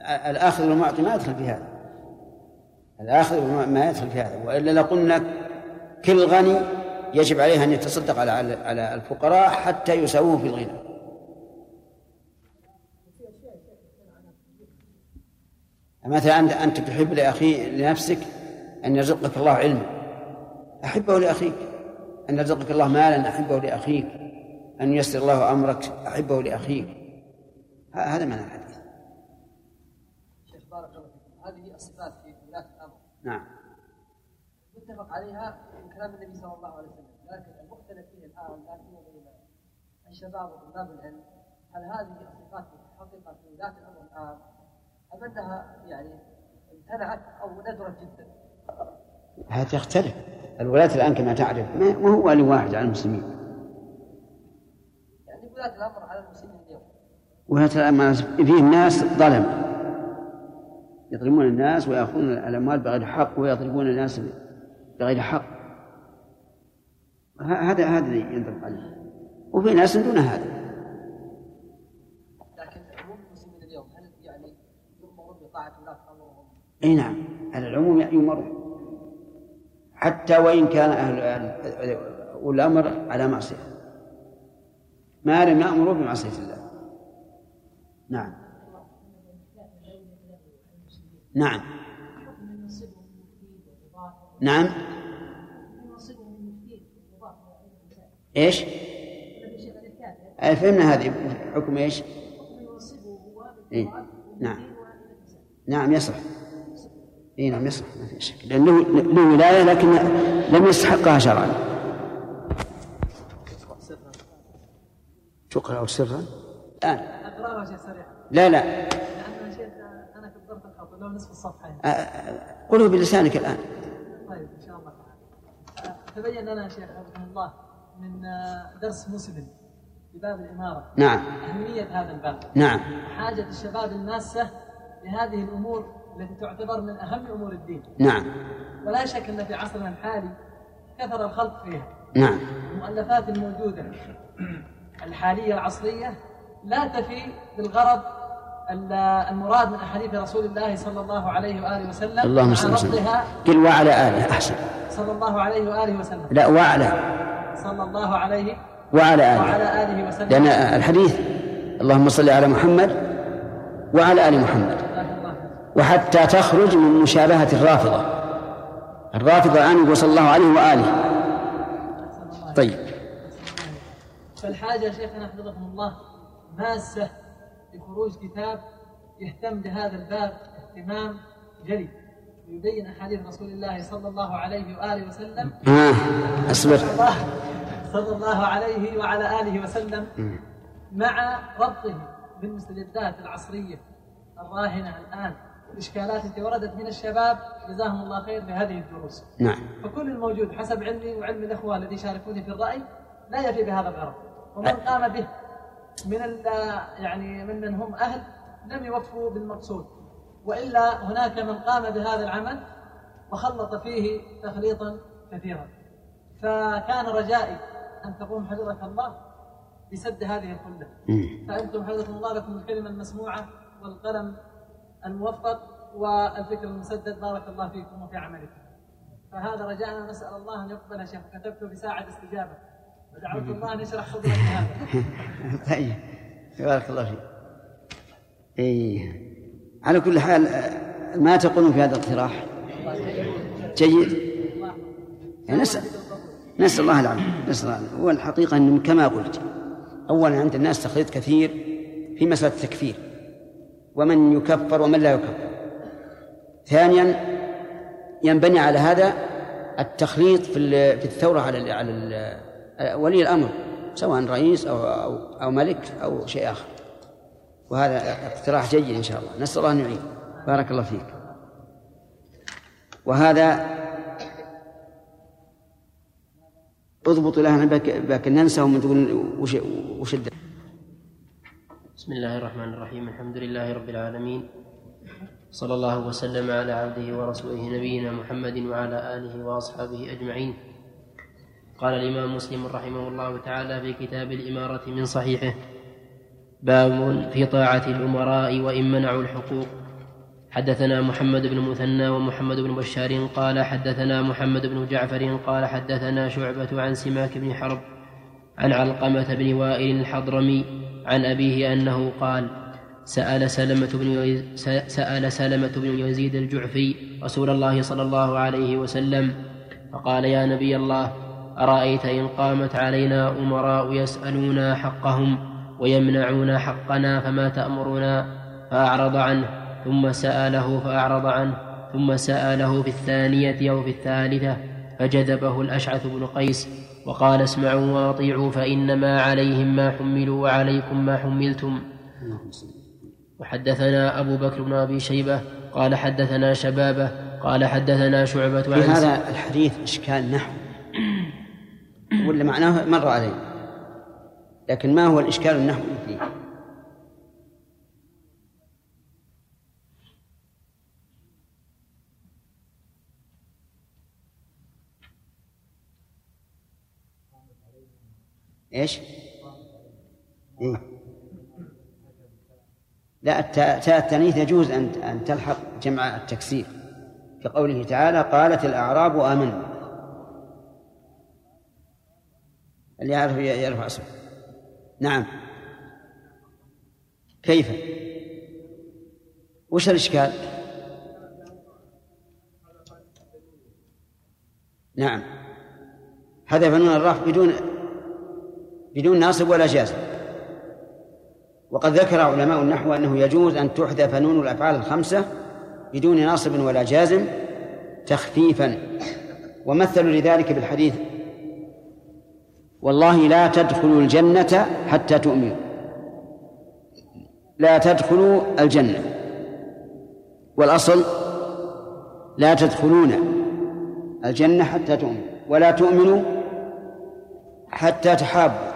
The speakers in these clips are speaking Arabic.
الآخذ والمعطي ما يدخل في هذا، الآخذ ما يدخل في هذا، وإلا لقلنا كل غني يجب عليه أن يتصدق على الفقراء حتى يساووه في الغنى. مثلا أنت تحب لنفسك أن يرزقك الله علما، أحبه لأخيك. أن يرزقك الله مالا، أحبه لأخيك. أن ييسر الله أمرك، أحبه لأخيك. هذا معنى الحديث. شيخ بارك الله فيكم، هذه الصفات في ولاة الأمر نعم متفق عليها من كلام النبي صلى الله عليه وسلم، لكن المختلف فيه الآن بين الشباب وطلاب العلم، هل هذه الصفات متحققة في ولاة الأمر الآن أم أنها يعني امتنعت أو ندرت جدا؟ هذا يختلف. الولاة الآن كما تعرف ما هو ولي واحد على المسلمين، يعني ولاة الأمر على المسلمين اليوم ولاة الأمر فيهم ناس ظلم يظلمون الناس ويأخذون الأموال بغير حق ويضربون الناس بغير حق. هذا ينطبق عليه. وفي ناس دون هذا. لكن عموم المسلمين اليوم هل يعني يؤمرون بطاعة ولاة أمرهم؟ أي نعم، على العموم يؤمرون، حتى وإن كان الأمر على معصية، ما لم يأمروا بمعصية الله. نعم نعم نعم. إيش؟ فهمنا هذه حكم إيش؟ إيه؟ نعم نعم يصح. إيه نعم يصح، ما في شك، لأنه له ولاية لكن لم يستحقها شرعا. شكرا أو سرا الآن أقرأها شيء سريع. لا لأن شيخ أنا كبرت الخط لو نصف الصفحة. قله بلسانك الآن. طيب إن شاء الله. تبين لنا شيخ رحمه الله من درس مسلم في باب الإمارة نعم أهمية هذا الباب. نعم. حاجة الشباب الماسة لهذه الأمور التي تعتبر من أهم أمور الدين. نعم. ولا شك أن في عصرنا الحالي كثر الخلق فيها. نعم. المؤلفات الموجودة الحالية العصرية لا تفي بالغرض المراد من أحاديث رسول الله صلى الله عليه وآله وسلم. اللهم صل وسلم. قل وعلى آله أحسن. صلى الله عليه وآله وسلم. لا وعلى. صلى الله عليه وعلى آله. وعلى آله وسلم. لأن الحديث اللهم صل على محمد وعلى آل محمد. وحتى تخرج من مشابهة الرافضة الآن صلى الله عليه وآله. طيب. فالحاجة شيخنا حفظكم الله ماسة لخروج كتاب يهتم بهذا الباب اهتمام جلي ويبين أحاديث رسول الله صلى الله عليه وآله وسلم. أصبر. صلى الله عليه وعلى آله وسلم مع ربطه بالمستجدات العصرية الراهنة الآن الإشكالات التي وردت من الشباب جزاهم الله خير بهذه الدروس. نعم. فكل الموجود حسب علمي وعلم الأخوة الذي شاركوني في الرأي لا يفي بهذا الغرض، ومن قام به من هم أهل لم يوفوا بالمقصود، وإلا هناك من قام بهذا العمل وخلط فيه تخليطا كثيرا. فكان رجائي أن تقوم حفظك الله بسد هذه الخلة. فأنتم حفظكم الله لكم الكلمة المسموعة والقلم الموفق والفكر المسدد، بارك الله فيكم وفي عملكم. فهذا رجاءنا، نسأل الله أن يقبل شيخ كتبته بساعة استجابة، ودعوت الله أن يشرح صدرك هذا. طيب بارك الله فيك. على كل حال ما تقولون في هذا الاقتراح؟ جيد. نسأل الله العافية. والحقيقة أنه كما قلت أولا عند الناس تخليط كثير في مسألة التكفير ومن يكفر ومن لا يكفر. ثانيا ينبني على هذا التخليط في الثورة على ولي الأمر سواء رئيس أو ملك أو شيء آخر. وهذا اقتراح جيد إن شاء الله، نسأل الله أن يعين. بارك الله فيك. وهذا اضبط لها باكن ننسى ومن تقول وشد. بسم الله الرحمن الرحيم. الحمد لله رب العالمين، صلى الله وسلم على عبده ورسوله نبينا محمد وعلى آله وأصحابه أجمعين. قال الإمام مسلم رحمه الله تعالى في كتاب الإمارة من صحيحه: باب في طاعة الأمراء وإن منعوا الحقوق. حدثنا محمد بن المثنى ومحمد بن بشار قال حدثنا محمد بن جعفر قال حدثنا شعبة عن سماك بن حرب عن علقمة بن وائل الحضرمي عن أبيه أنه قال سأل سلمة بن يزيد الجعفي رسول الله صلى الله عليه وسلم فقال يا نبي الله أرأيت إن قامت علينا أمراء يسألونا حقهم ويمنعون حقنا فما تأمرنا؟ فأعرض عنه ثم سأله فأعرض عنه ثم سأله في الثانية أو في الثالثة فجذبه الأشعث بن قيس وقال اسمعوا وأطيعوا فإنما عليهم ما حملوا وعليكم ما حملتم. وحدثنا أبو بكر بن أبي شيبة قال حدثنا شبابة قال حدثنا شعبة في هذا الحديث إشكال نحو ولا معناه مر عليه، لكن ما هو الإشكال النحوي فيه؟ إيش؟ إيه؟ لا، تاء التأنيث يجوز أن تلحق جمع التكسير كقوله تعالى قالت الأعراب آمنا، اللي يعرف يرفع اسمه. نعم، كيف؟ وش الإشكال؟ نعم، حذف نون الرفع بدون ناصب ولا جازم. وقد ذكر علماء النحو أنه يجوز أن تحذف نون الأفعال الخمسة بدون ناصب ولا جازم تخفيفا، ومثلوا لذلك بالحديث والله لا تدخلوا الجنة حتى تؤمنوا. لا تدخلوا الجنة، والأصل لا تدخلون الجنة حتى تؤمنوا، ولا تؤمنوا حتى تحابوا،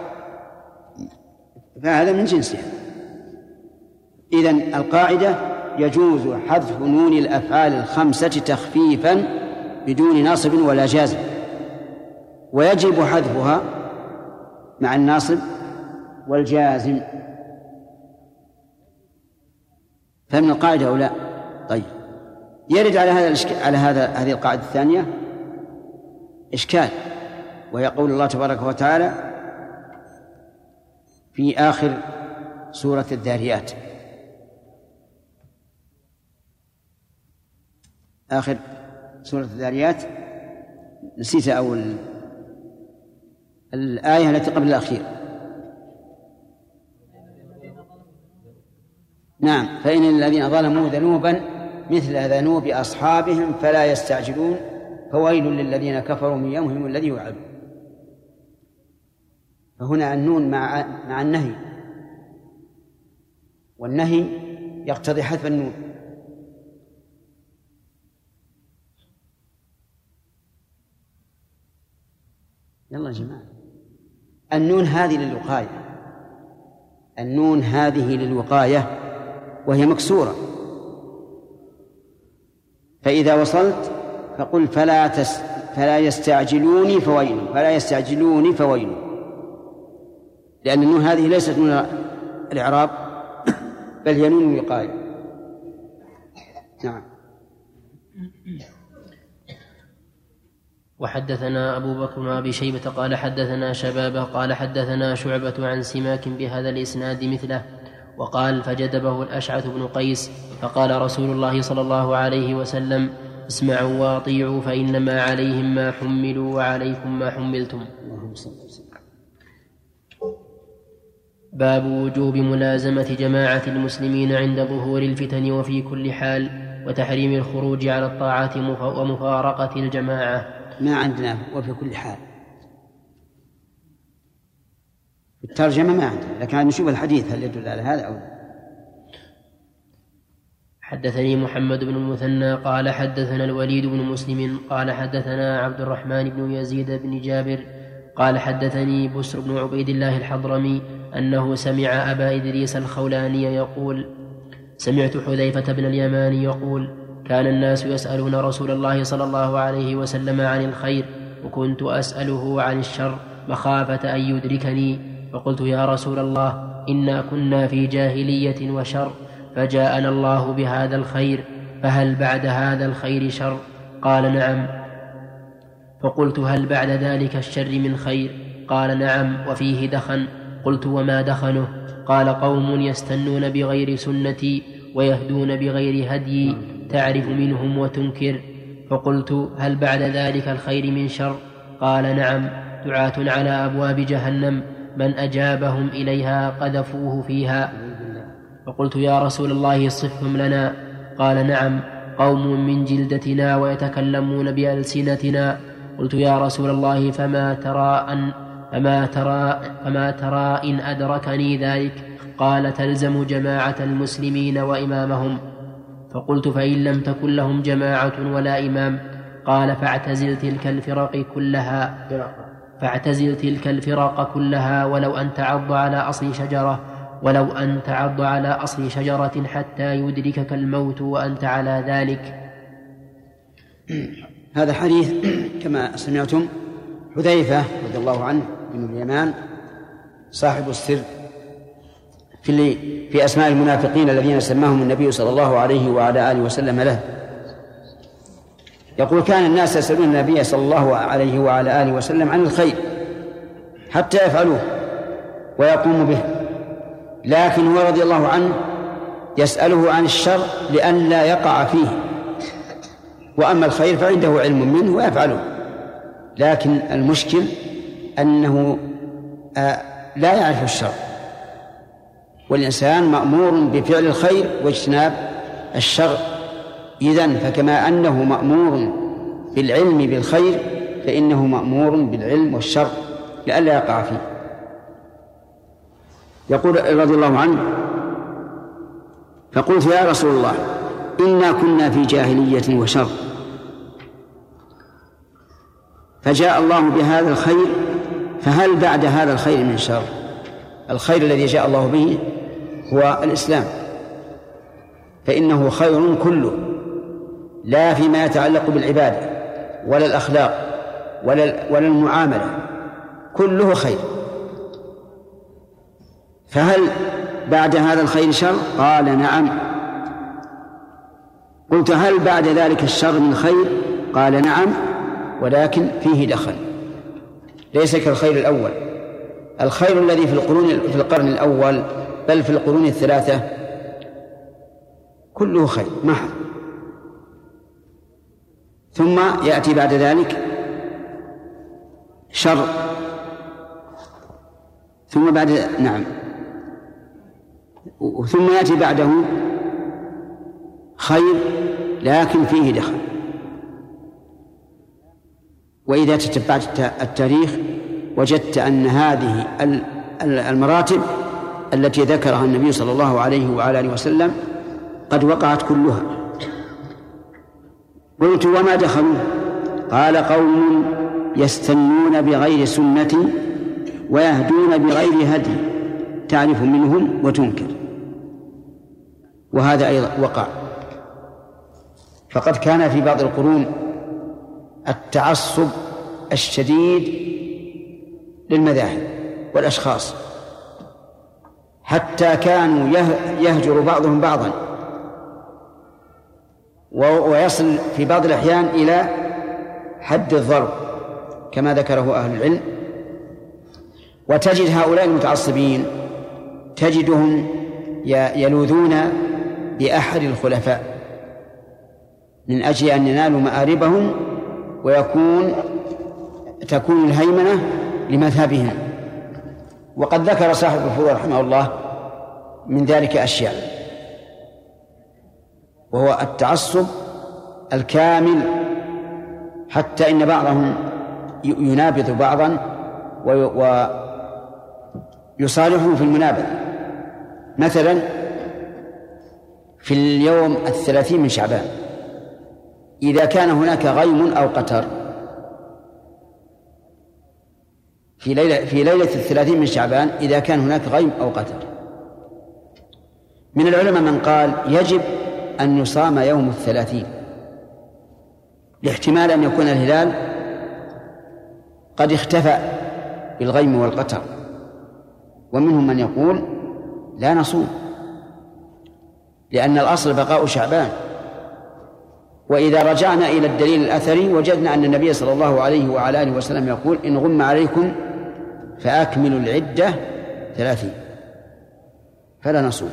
فهذا من جنسها. إذن القاعدة يجوز حذف نون الأفعال الخمسة تخفيفا بدون ناصب ولا جازم، ويجب حذفها مع الناصب والجازم. فمن القاعدة أو لا؟ طيب، يرد على هذه القاعدة الثانية إشكال، ويقول الله تبارك وتعالى في آخر سورة الذاريات، آخر سورة الذاريات، نسيت أول الآية التي قبل الأخير. نعم، فإن الذين ظلموا ذنوبا مثل ذنوب أصحابهم فلا يستعجلون فويل للذين كفروا من يومهم الذي يوعدون. فهنا النون مع النهي، والنهي يقتضي حذف النون. يلا يا جماعة، النون هذه للوقاية، النون هذه للوقاية وهي مكسورة، فإذا وصلت فقل فلا يستعجلوني فويل، فلا يستعجلوني فويل، لأن النون هذه ليست نون الإعراب بل هي نون الوقاية. نعم. وحدثنا أبو بكر بن أبي شيبة قال حدثنا شبابة قال حدثنا شعبة عن سماك بهذا الإسناد مثله، وقال فجذبه الأشعث بن قيس فقال رسول الله صلى الله عليه وسلم اسمعوا وأطيعوا فإنما عليهم ما حملوا وعليكم ما حملتم. باب وجوب ملازمة جماعة المسلمين عند ظهور الفتن وفي كل حال، وتحريم الخروج على الطاعات ومفارقة الجماعة. ما عندنا وفي كل حال، الترجمة ما عندنا، لكن نشوف الحديث هل يدل على هذا أو لا. حدثني محمد بن المثنى قال حدثنا الوليد بن مسلم قال حدثنا عبد الرحمن بن يزيد بن جابر قال حدثني بسر بن عبيد الله الحضرمي أنه سمع أبا إدريس الخولاني يقول سمعت حذيفة بن اليمان يقول كان الناس يسألون رسول الله صلى الله عليه وسلم عن الخير وكنت أسأله عن الشر مخافة أن يدركني، فقلت يا رسول الله إنا كنا في جاهلية وشر فجاءنا الله بهذا الخير فهل بعد هذا الخير شر؟ قال نعم. فقلت هل بعد ذلك الشر من خير؟ قال نعم وفيه دخن. قلت وما دخنه؟ قال قوم يستنون بغير سنتي ويهدون بغير هدي تعرف منهم وتنكر. فقلت هل بعد ذلك الخير من شر؟ قال نعم، دعاة على أبواب جهنم من أجابهم إليها قذفوه فيها. فقلت يا رسول الله صفهم لنا. قال نعم، قوم من جلدتنا ويتكلمون بألسنتنا. قلت يا رسول الله فما ترى إن أدركني ذلك؟ قال تلزم جماعة المسلمين وإمامهم. فقلت فإن لم تكن لهم جماعة ولا إمام؟ قال فاعتزل تلك الفرق كلها ولو أن تعض على أصل شجرة حتى يدركك الموت وأنت على ذلك. هذا حديث كما سمعتم حذيفة رضي الله عنه بن اليمان صاحب السر في أسماء المنافقين الذين سماهم النبي صلى الله عليه وعلى آله وسلم له، يقول كان الناس يسألون النبي صلى الله عليه وعلى آله وسلم عن الخير حتى يفعلوه ويقوموا به، لكن هو رضي الله عنه يسأله عن الشر لئلا يقع فيه، وأما الخير فعنده علم منه ويفعله. لكن المشكل أنه لا يعرف الشر، والإنسان مأمور بفعل الخير واجتناب الشر. إذن فكما أنه مأمور بالعلم بالخير فإنه مأمور بالعلم والشر لئلا يقع فيه. يقول رضي الله عنه فقلت يا رسول الله إنا كنا في جاهلية وشر، فجاء الله بهذا الخير، فهل بعد هذا الخير من شر؟ الخير الذي جاء الله به هو الإسلام، فإنه خير كله، لا فيما يتعلق بالعبادة ولا الأخلاق ولا المعاملة، كله خير. فهل بعد هذا الخير شر؟ قال نعم. قلت هل بعد ذلك الشر من خير؟ قال نعم ولكن فيه دخل، ليس كالخير الأول. الخير الذي في القرن الأول بل في القرون الثلاثة كله خير محض، ثم يأتي بعد ذلك شر، ثم يأتي بعده خير لكن فيه دخل. وإذا تتبعت التاريخ وجدت أن هذه المراتب التي ذكرها النبي صلى الله عليه وعلى آله وسلم قد وقعت كلها. قلت وما دخلوا؟ قال قوم يستنون بغير سنتي ويهدون بغير هدي تعرف منهم وتنكر. وهذا أيضا وقع، فقد كان في بعض القرون التعصب الشديد للمذاهب والأشخاص، حتى كانوا يهجر بعضهم بعضا، ويصل في بعض الأحيان إلى حد الضرب كما ذكره أهل العلم. وتجد هؤلاء المتعصبين تجدهم يلوذون بأحد الخلفاء من أجل أن ينالوا مآربهم تكون الهيمنة لمذهبهم. وقد ذكر صاحب الفروع رحمه الله من ذلك أشياء، وهو التعصب الكامل، حتى إن بعضهم ينابذ بعضا ويصالحه في المنابذ. مثلا في اليوم 30 من شعبان إذا كان هناك غيم أو قتر في ليلة 30 من شعبان، إذا كان هناك غيم أو قتر، من العلماء من قال يجب أن يصام يوم 30 لاحتمال أن يكون الهلال قد اختفى بالغيم والقتر، ومنهم من يقول لا نصوم لأن الأصل بقاء شعبان، وإذا رجعنا إلى الدليل الأثري وجدنا أن النبي صلى الله عليه وعلى آله وسلم يقول إن غم عليكم فأكملوا العدة 30 فلا نصوم.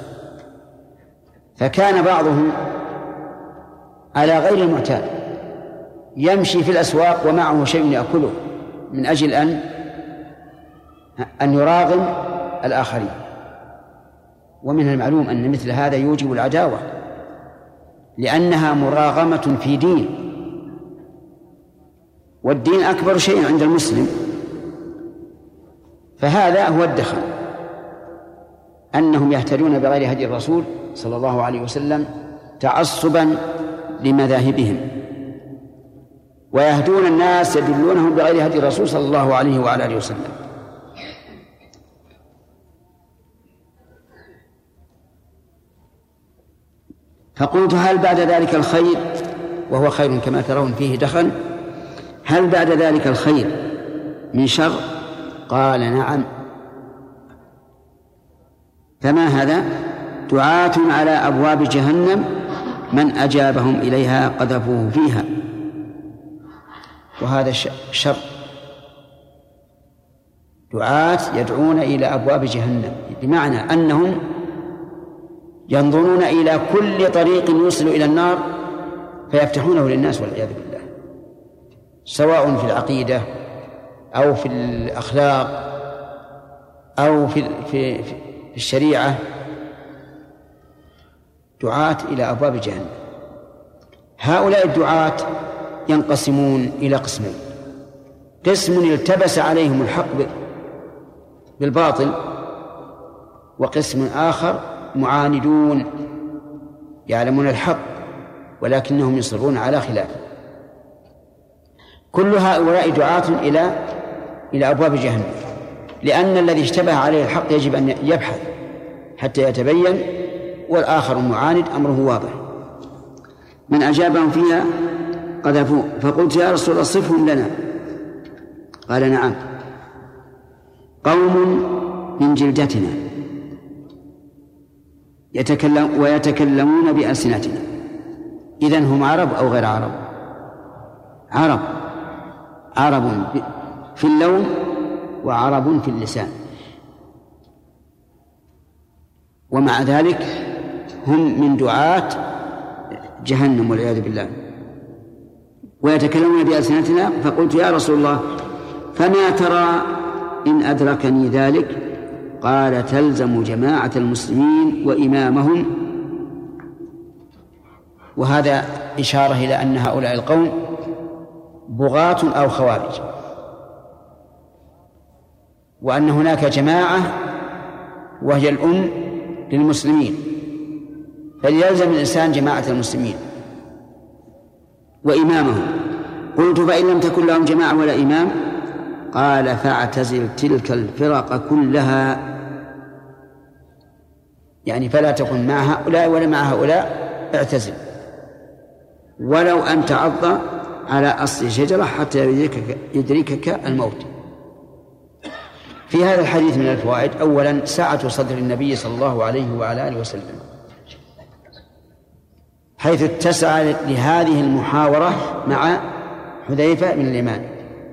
فكان بعضهم على غير المعتاد يمشي في الأسواق ومعه شيء يأكله من أجل أن يراغم الآخرين، ومن المعلوم أن مثل هذا يوجب العداوة لأنها مراغمة في دين، والدين أكبر شيء عند المسلم. فهذا هو الدخل، أنهم يهتدون بغير هدي الرسول صلى الله عليه وسلم تعصبا لمذاهبهم، ويهدون الناس يدلونهم بغير هدي الرسول صلى الله عليه وعلى آله وسلم. فقلت هل بعد ذلك الخير، وهو خير كما ترون فيه دخل، هل بعد ذلك الخير من شر؟ قال نعم. فما هذا؟ دعاة على أبواب جهنم من أجابهم إليها قذفوه فيها، وهذا شر. دعاة يدعون إلى أبواب جهنم، بمعنى أنهم ينظرون إلى كل طريق يوصل إلى النار فيفتحونه للناس والعياذ بالله، سواء في العقيدة أو في الأخلاق أو في الشريعة. دعاة إلى أبواب جهنم. هؤلاء الدعاة ينقسمون إلى قسمين: قسم التبس عليهم الحق بالباطل، وقسم آخر معاندون يعلمون الحق ولكنهم يصرون على خلافه. كل هؤلاء دعاة إلى أبواب جهنم، لأن الذي اشتبه عليه الحق يجب أن يبحث حتى يتبين، والآخر المعاند أمره واضح. من أجابهم فيها قذفوه. فقلت يا رسول الله صفهم لنا. قال نعم، قوم من جلدتنا ويتكلمون بألسنتنا. إذن هم عرب أو غير عرب؟ عرب في اللون وعرب في اللسان، ومع ذلك هم من دعاة جهنم والعياذ بالله. ويتكلمون بألسنتنا. فقلت يا رسول الله فما ترى إن أدركني ذلك؟ قال تلزم جماعة المسلمين وإمامهم. وهذا إشارة إلى أن هؤلاء القوم بغاة أو خوارج، وأن هناك جماعة وهي الأم للمسلمين، فليلزم الإنسان جماعة المسلمين وإمامهم. قلت فإن لم تكن لهم جماعة ولا إمام؟ قال فاعتزل تلك الفرق كلها، يعني فلا تكن مع هؤلاء ولا مع هؤلاء، اعتزل، ولو أن تعض على أصل شجرة حتى يدركك الموت. في هذا الحديث من الفوائد: أولا سعة صدر النبي صلى الله عليه وعلى آله وسلم، حيث اتسع لهذه المحاورة مع حذيفة بن اليمان.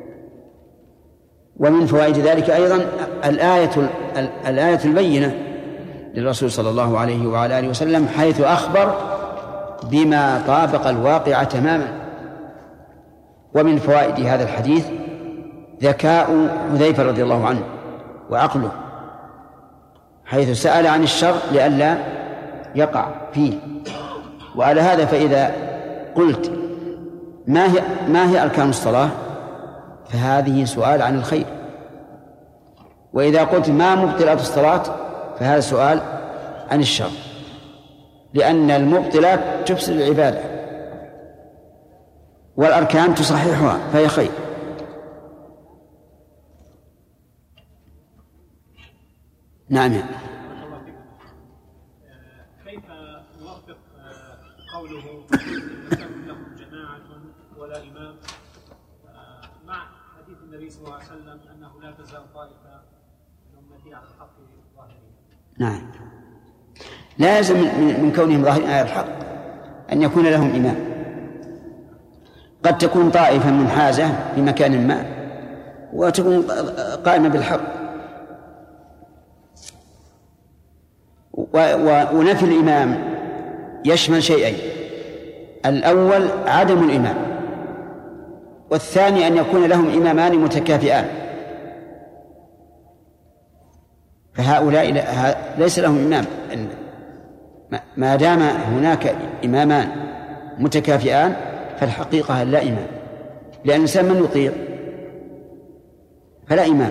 ومن فوائد ذلك أيضا الآية البينة للرسول صلى الله عليه وعلى آله وسلم، حيث أخبر بما طابق الواقع تماما. ومن فوائد هذا الحديث ذكاء حذيفة رضي الله عنه وعقله، حيث سأل عن الشر لئلا يقع فيه. وعلى هذا فإذا قلت ما هي أركان الصلاة؟ فهذه سؤال عن الخير. وإذا قلت ما مبطلات الصلاة؟ فهذا سؤال عن الشر، لأن المبطلات تفسد العبادة والأركان تصححها، فهي خير. نعم. كيف نوفق قوله لم تكن لهم جماعة ولا إمام مع حديث النبي صلى الله عليه وسلم أنه لا تزال طائفة من أمتي على الحق ظاهرين؟ نعم، لا يلزم من كونهم ظاهرين على الحق أن يكون لهم إمام، قد تكون طائفة منحازة في مكان ما وتكون قائمة بالحق. ونفي الإمام يشمل شيئين: الأول عدم الإمام، والثاني أن يكون لهم إمامان متكافئان، فهؤلاء ليس لهم إمام. ما دام هناك إمامان متكافئان فالحقيقة لا إمام، لأن الإنسان من يطيع فلا إمام.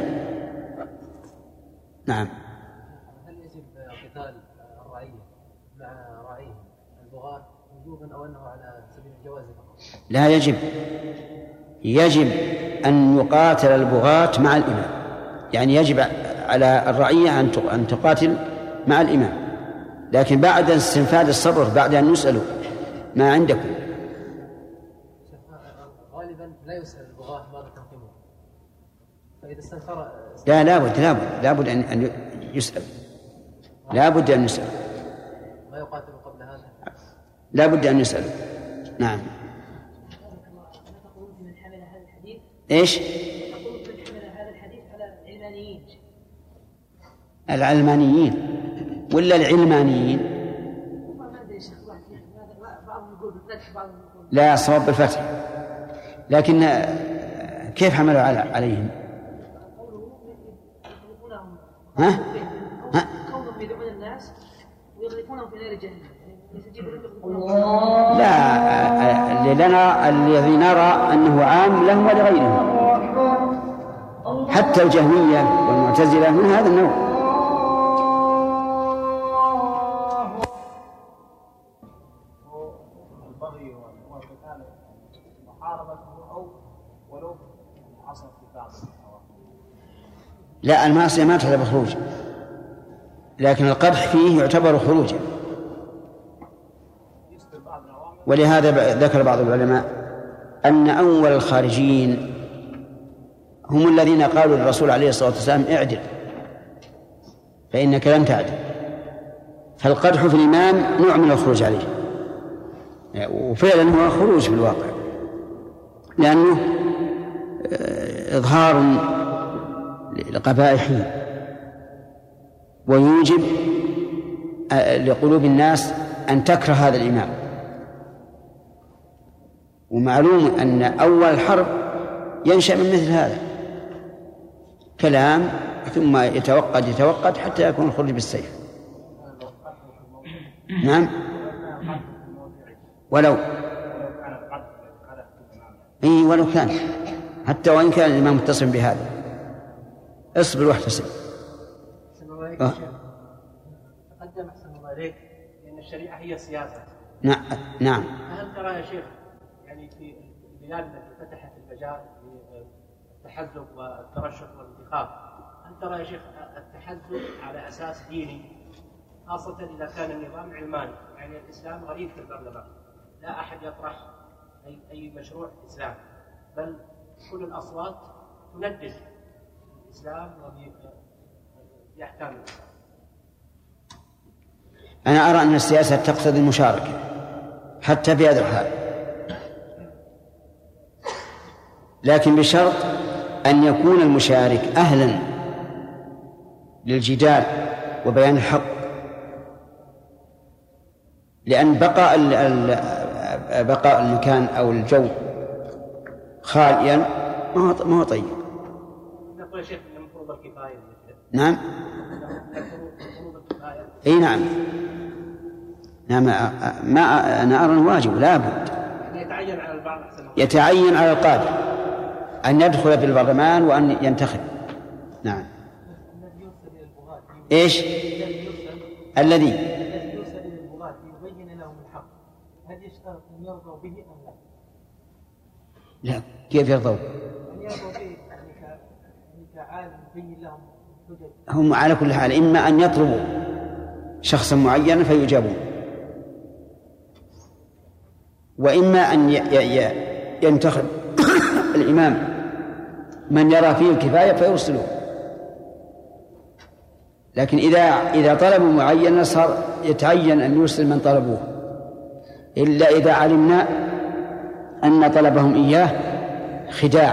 نعم. هل يجب قتال الرعية مع راعيهم البغاة وجوبا أو أنه على سبيل الجواز فقط؟ لا يجب. يجب أن يقاتل البغاة مع الإمام، يعني يجب على الرعية أن تقاتل مع الإمام، لكن بعد استنفاذ الصبر، بعد أن يسألوا ما عندكم. غالبا لا يسأل البغاة ماذا تنقمون، فإذا استنفر لابد أن يسأل، لابد أن يسأل، ما يقاتل قبل هذا، لابد أن يسأل. نعم. من حمل هذا الحديث إيش؟ تقول من حمل هذا الحديث على العلمانيين. العلمانيين ولا العلمانيين؟ لا، صواب بالفتح، لكن كيف حملوا عليهم؟ ها؟ كونهم يدعون الناس ويغرقونهم في نار جهنم. لا، الذي نرى أنه عام لهم ولغيرهم، حتى الجهمية والمعتزلة من هذا النوع. لا، المعصية ما تعتبر خروج، لكن القدح فيه يعتبر خروجا. ولهذا ذكر بعض العلماء أن أول الخارجين هم الذين قالوا للرسول عليه الصلاة والسلام: اعدل فإنك لم تعدل. فالقدح في الإمام نوع من الخروج عليه، وفعلا هو خروج في الواقع، لأنه إظهار لقبائحه، ويوجب لقلوب الناس أن تكره هذا الإمام. ومعلوم أن أول الحرب ينشأ من مثل هذا كلام، ثم يتوقد حتى يكون الخروج بالسيف. نعم، ولو كان، حتى وإن كان الإمام متصل بهذا، اصبر واحتسب. تقدم أحسن الله إليك لأن الشريعة هي سياسة. نعم. هل ترى يا شيخ يعني في البلاد التي فتحت المجال للتحزب والترشح والانتخاب، هل ترى يا شيخ التحزب على أساس ديني، خاصة إذا كان النظام علماني، يعني الإسلام غريب في البرلمان، لا أحد يطرح أي مشروع إسلام، بل كل الأصوات تندد الإسلام وبأحكام الإسلام؟ أنا أرى أن السياسة تقتضي المشاركة حتى في هذا الحال، لكن بشرط أن يكون المشارك أهلا للجدال وبيان الحق، لأن بقاء المكان أو الجو خاليا ما هو طيب. نقول يا شيخ أن مفروض الكفاية. نعم. أي نعم. ما أنا أرى واجب، لا بد يتعين على البعض، يتعين على القادر أن يدخل في البرلمان وأن ينتخب. نعم. إيش الذي يرسل إلى البغاة يبين لهم الحق، هل يشترط أن يرضوا به أم لا؟ لا، كيف يرضوا؟ أن يرضوا به يعني كعالم يبين لهم الحجج. هم على كل حال إما أن يطلبوا شخصا معينا فيجابون، وإما أن ينتخب الإمام من يرى فيه الكفاية فيرسلوه. لكن إذا طلبوا معينا صار يتعين أن يرسل من طلبوه، إلا إذا علمنا أن طلبهم إياه خداع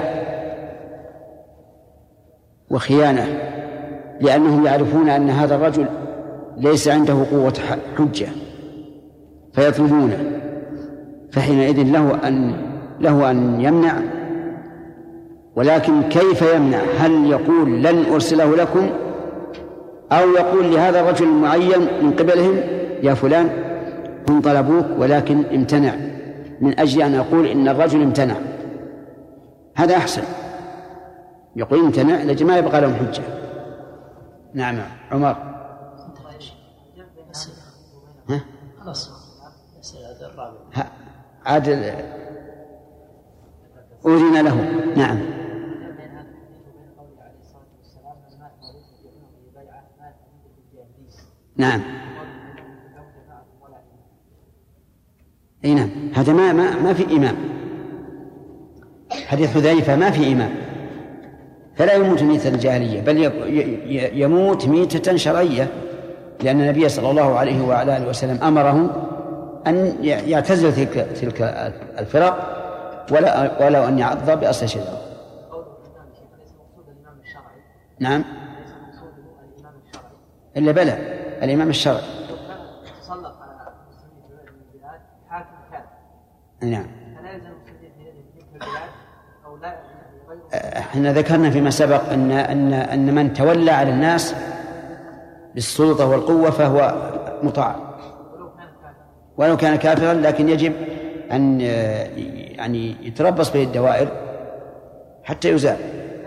وخيانة، لأنهم يعرفون أن هذا الرجل ليس عنده قوة حجة فيطلبونه، فحينئذ له أن يمنع. ولكن كيف يمنع؟ هل يقول لن أرسله لكم، أو يقول لهذا الرجل المعين من قبلهم يا فلان هم طلبوك ولكن امتنع، من أجل أن أقول إن الرجل امتنع؟ هذا أحسن، يقول امتنع لجل ما يبقى لهم حجة. نعم عمر. خلاص عاد أذن له. نعم. نعم. أي نعم، هذا ما في إمام. حديث حذيفة ما في إمام، فلا يموت ميتة الجاهلية، بل يموت ميتة شرعية، لأن النبي صلى الله عليه وعلى آله وسلم أمرهم أن يعتزل تلك الفرق ولو أن يعض بأصل شجرة. نعم. إلا بلى الإمام الشرعي. نعم. احنا ذكرنا فيما سبق أن من تولى على الناس بالسلطة والقوة فهو مطاع ولو كان كافرا، لكن يجب أن يعني يتربص به الدوائر حتى يزال.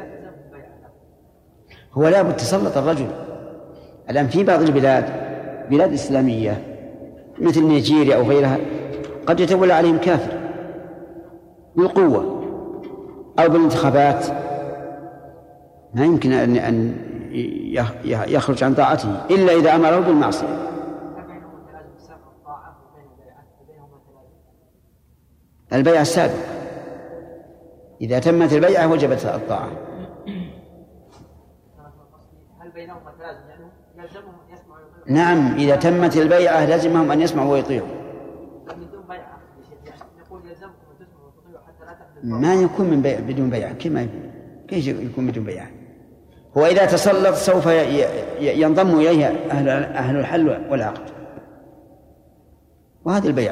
هو لا بد تسلط الرجل. الآن في بعض البلاد بلاد إسلامية مثل نيجيريا أو غيرها قد يتولى عليهم كافر بالقوة أو بالانتخابات، ما يمكن أن يخرج عن طاعته إلا إذا أمره بالمعصية. البيعة السابقة إذا تمت البيعة وجبت الطاعة. هل بينهما تلازم؟ يعني يلزمهم أن يسمعوا ويطيعوا؟ نعم، إذا تمت البيعة لازمهم أن يسمعوا ويطيعوا. بدون بيعة يقول يلزمكم أن تسمعوا وتطيعوا حتى لا تحدث. ما يكون من بدون بيعة. كيف يكون بدون بيعة؟ هو إذا تسلط سوف ينضم إليه أهل الحل والعقد، وهذه البيعة.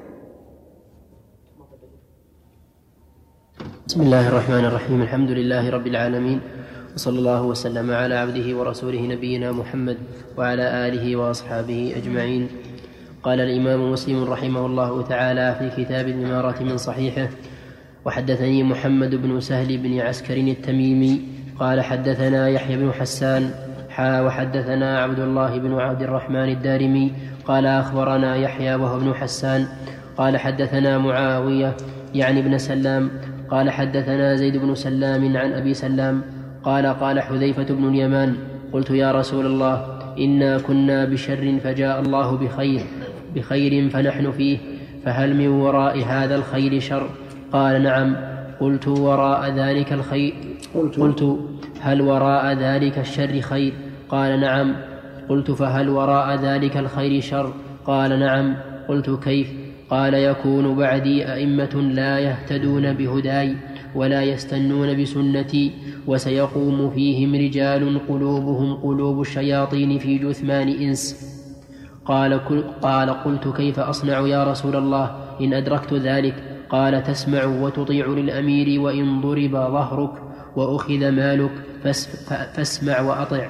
بسم الله الرحمن الرحيم. الحمد لله رب العالمين، وصلى الله وسلم على عبده ورسوله نبينا محمد وعلى آله وأصحابه أجمعين. قال الإمام مسلم رحمه الله تعالى في كتاب الإمارة من صحيحه: وحدثني محمد بن سهل بن عسكر التميمي قال حدثنا يحيى بن حسان وحدثنا عبد الله بن عبد الرحمن الدارمي قال أخبرنا يحيى وهو ابن حسان قال حدثنا معاوية يعني ابن سلام قال حدثنا زيد بن سلام عن أبي سلام قال حذيفة بن اليمان: قلت يا رسول الله إنا كنا بشر فجاء الله بخير فنحن فيه، فهل من وراء هذا الخير شر؟ قال نعم. قلت وراء ذلك الخير؟ قلت هل وراء ذلك الشر خير؟ قال نعم. قلت فهل وراء ذلك الخير شر؟ قال نعم. قلت كيف؟ قال يكون بعدي أئمة لا يهتدون بهداي ولا يستنون بسنتي، وسيقوم فيهم رجال قلوبهم قلوب الشياطين في جثمان إنس. قال قلت كيف أصنع يا رسول الله إن أدركت ذلك؟ قال تسمع وتطيع للأمير وإن ضرب ظهرك وأخذ مالك فاسمع وأطع.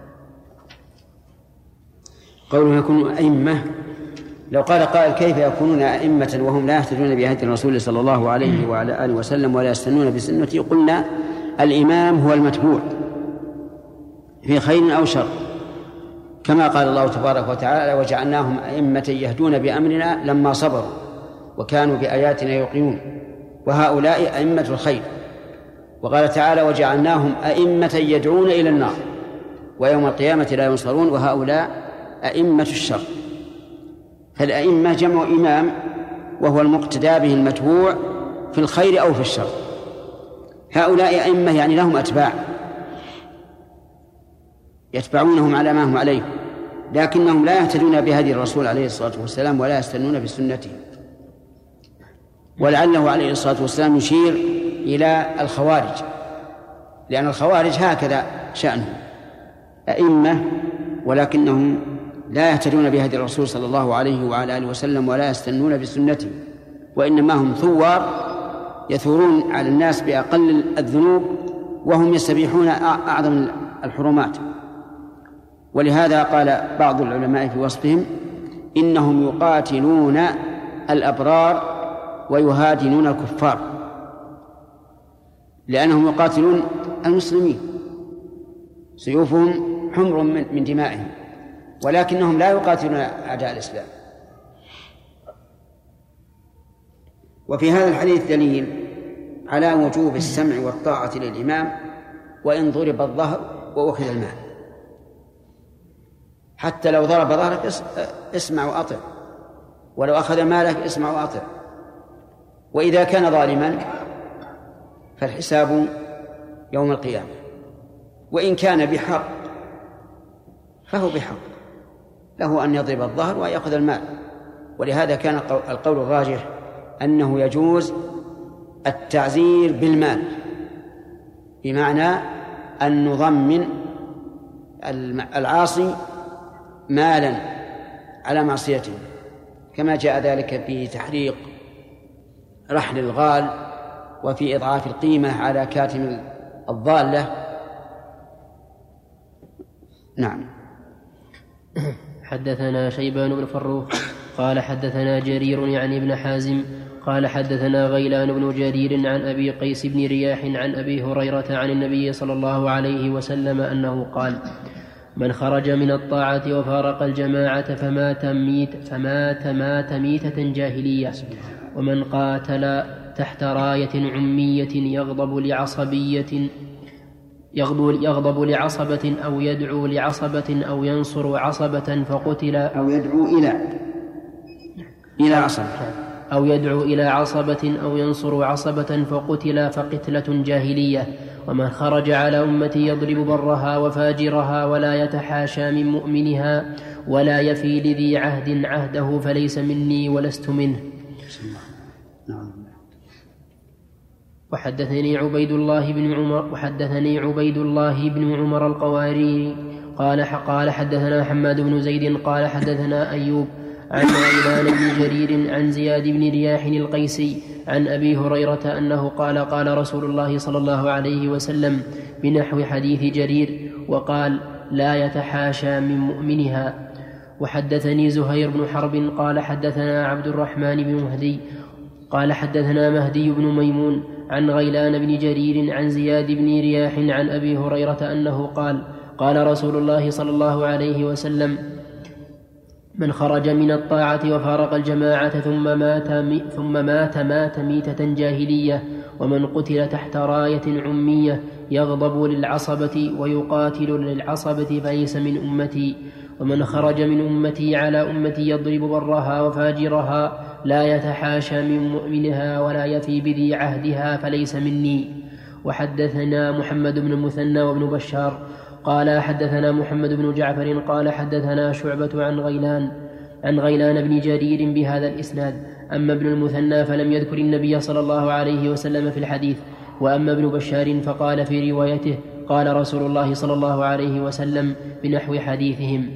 قوله يكون أئمة، لو قال قائل كيف يكونون أئمة وهم لا يهتدون بهدي الرسول صلى الله عليه وعلى آله وسلم ولا يستنون بسنته؟ قلنا الإمام هو المتبوع في خير أو شر، كما قال الله تبارك وتعالى: وجعلناهم أئمة يهدون بأمرنا لما صبروا وكانوا بآياتنا يوقنون، وهؤلاء أئمة الخير. وقال تعالى: وجعلناهم أئمة يدعون إلى النار ويوم القيامة لا ينصرون، وهؤلاء أئمة الشر. فالأئمة جمع إمام، وهو المقتدى به المتبوع في الخير أو في الشر. هؤلاء أئمة يعني لهم أتباع يتبعونهم على ما هم عليه، لكنهم لا يهتدون بهدي الرسول عليه الصلاة والسلام ولا يستنون بسنته. ولعله عليه الصلاة والسلام يشير إلى الخوارج، لأن الخوارج هكذا شأنهم، أئمة ولكنهم لا يهتدون بهدي الرسول صلى الله عليه وعلى آله وسلم ولا يستنون بسنته، وإنما هم ثوار يثورون على الناس بأقل الذنوب وهم يستبيحون أعظم الحرمات. ولهذا قال بعض العلماء في وصفهم إنهم يقاتلون الأبرار ويهادنون الكفار، لأنهم يقاتلون المسلمين، سيوفهم حمر من دمائهم، ولكنهم لا يقاتلون أعداء الإسلام. وفي هذا الحديث دليل على وجوب السمع والطاعة للإمام وإن ضرب الظهر وأخذ المال، حتى لو ضرب ظهرك اسمع وأطع، ولو أخذ مالك اسمع وأطع. وإذا كان ظالما فالحساب يوم القيامة، وإن كان بحق فهو بحق، له أن يضرب الظهر ويأخذ المال. ولهذا كان القول الراجح أنه يجوز التعزير بالمال، بمعنى أن نضمن العاصي مالا على معصيته، كما جاء ذلك في تحريق رحل الغال وفي إضعاف القيمة على كاتم الضالة. نعم. حدثنا شيبان بن فروخ قال حدثنا جرير يعني ابن حازم قال حدثنا غيلان بن جرير عن أبي قيس بن رياح عن أبي هريرة عن النبي صلى الله عليه وسلم أنه قال: من خرج من الطاعة وفارق الجماعة فمات ميتة جاهلية، ومن قاتل تحت راية عمية يغضب لعصبة أو يدعو لعصبة أو ينصر عصبة فقتل أو يدعو إلى عصبة أو يدعو إلى عصبة أو ينصر عصبة فقتل فقتلة جاهلية. ومن خرج على أمتي يضرب برها وفاجرها ولا يتحاشى من مؤمنها ولا يفي لذي عهد عهده فليس مني ولست منه. وحدثني عبيد الله بن عمر القواريري قال حدثنا حماد بن زيد قال حدثنا أيوب عن غيلان بن جرير عن زياد بن رياح القيسي عن أبي هريرة أنه قال: قال رسول الله صلى الله عليه وسلم بنحو حديث جرير، وقال: لا يتحاشى من مؤمنها. وحدثني زهير بن حرب قال حدثنا عبد الرحمن بن مهدي قال حدثنا مهدي بن ميمون عن غيلان بن جرير عن زياد بن رياح عن أبي هريرة أنه قال: قال رسول الله صلى الله عليه وسلم: من خرج من الطاعة وفارق الجماعة ثم مات ميتة جاهلية، ومن قتل تحت راية عمية يغضب للعصبة ويقاتل للعصبة فليس من أمتي. ومن خرج من أمتي على أمتي يضرب برها وفاجرها لا يتحاشى من مؤمنها ولا يفي بذي عهدها فليس مني. وحدثنا محمد بن المثنى وابن بشار قال حدثنا محمد بن جعفر قال حدثنا شعبة عن غيلان بن جرير بهذا الإسناد. أما ابن المثنى فلم يذكر النبي صلى الله عليه وسلم في الحديث. وأما ابن بشار فقال في روايته: قال رسول الله صلى الله عليه وسلم بنحو حديثهم.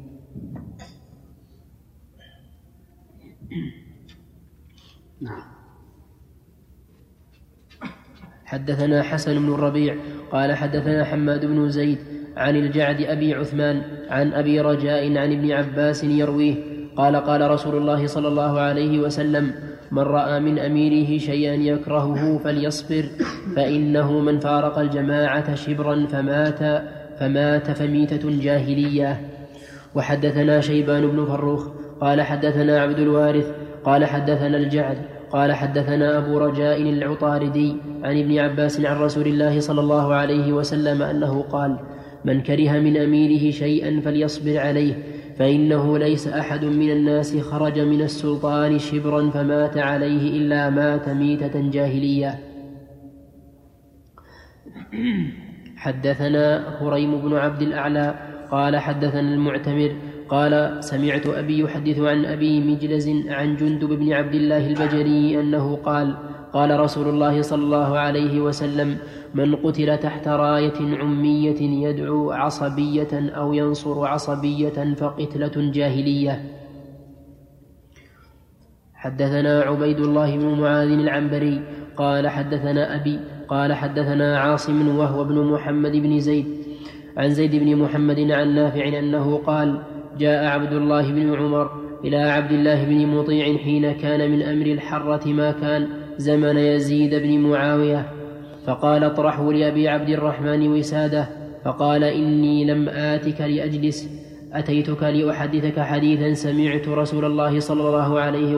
حدثنا حسن بن الربيع قال حدثنا حماد بن زيد عن الجعد أبي عثمان عن أبي رجاء عن ابن عباس يرويه قال: قال رسول الله صلى الله عليه وسلم: من رأى من أميره شيئا يكرهه فليصبر، فإنه من فارق الجماعة شبرا فمات فميتة جاهلية. وحدثنا شيبان بن فروخ قال حدثنا عبد الوارث قال حدثنا الجعد قال حدثنا أبو رجاء العطاردي عن ابن عباس عن رسول الله صلى الله عليه وسلم أنه قال: من كره من أميره شيئا فليصبر عليه، فإنه ليس أحد من الناس خرج من السلطان شبرا فمات عليه إلا مات ميتة جاهلية. حدثنا هريم بن عبد الأعلى قال حدثنا المعتمر قال سمعت أبي يحدث عن أبي مجلز عن جندب بن عبد الله البجلي أنه قال قال رسول الله صلى الله عليه وسلم من قتل تحت راية عمية يدعو عصبية أو ينصر عصبية فقتلة جاهلية. حدثنا عبيد الله بن معاذ العنبري قال حدثنا أبي قال حدثنا عاصم وهو ابن محمد بن زيد عن زيد بن محمد عن نافع أنه قال جاء عبد الله بن عمر إلى عبد الله بن مطيع حين كان من أمر الحرة ما كان زمن يزيد بن معاوية فقال اطرحوا لأبي عبد الرحمن وسادة فقال إني لم آتك لأجلس أتيتك لأحدثك حديثا سمعت رسول الله صلى الله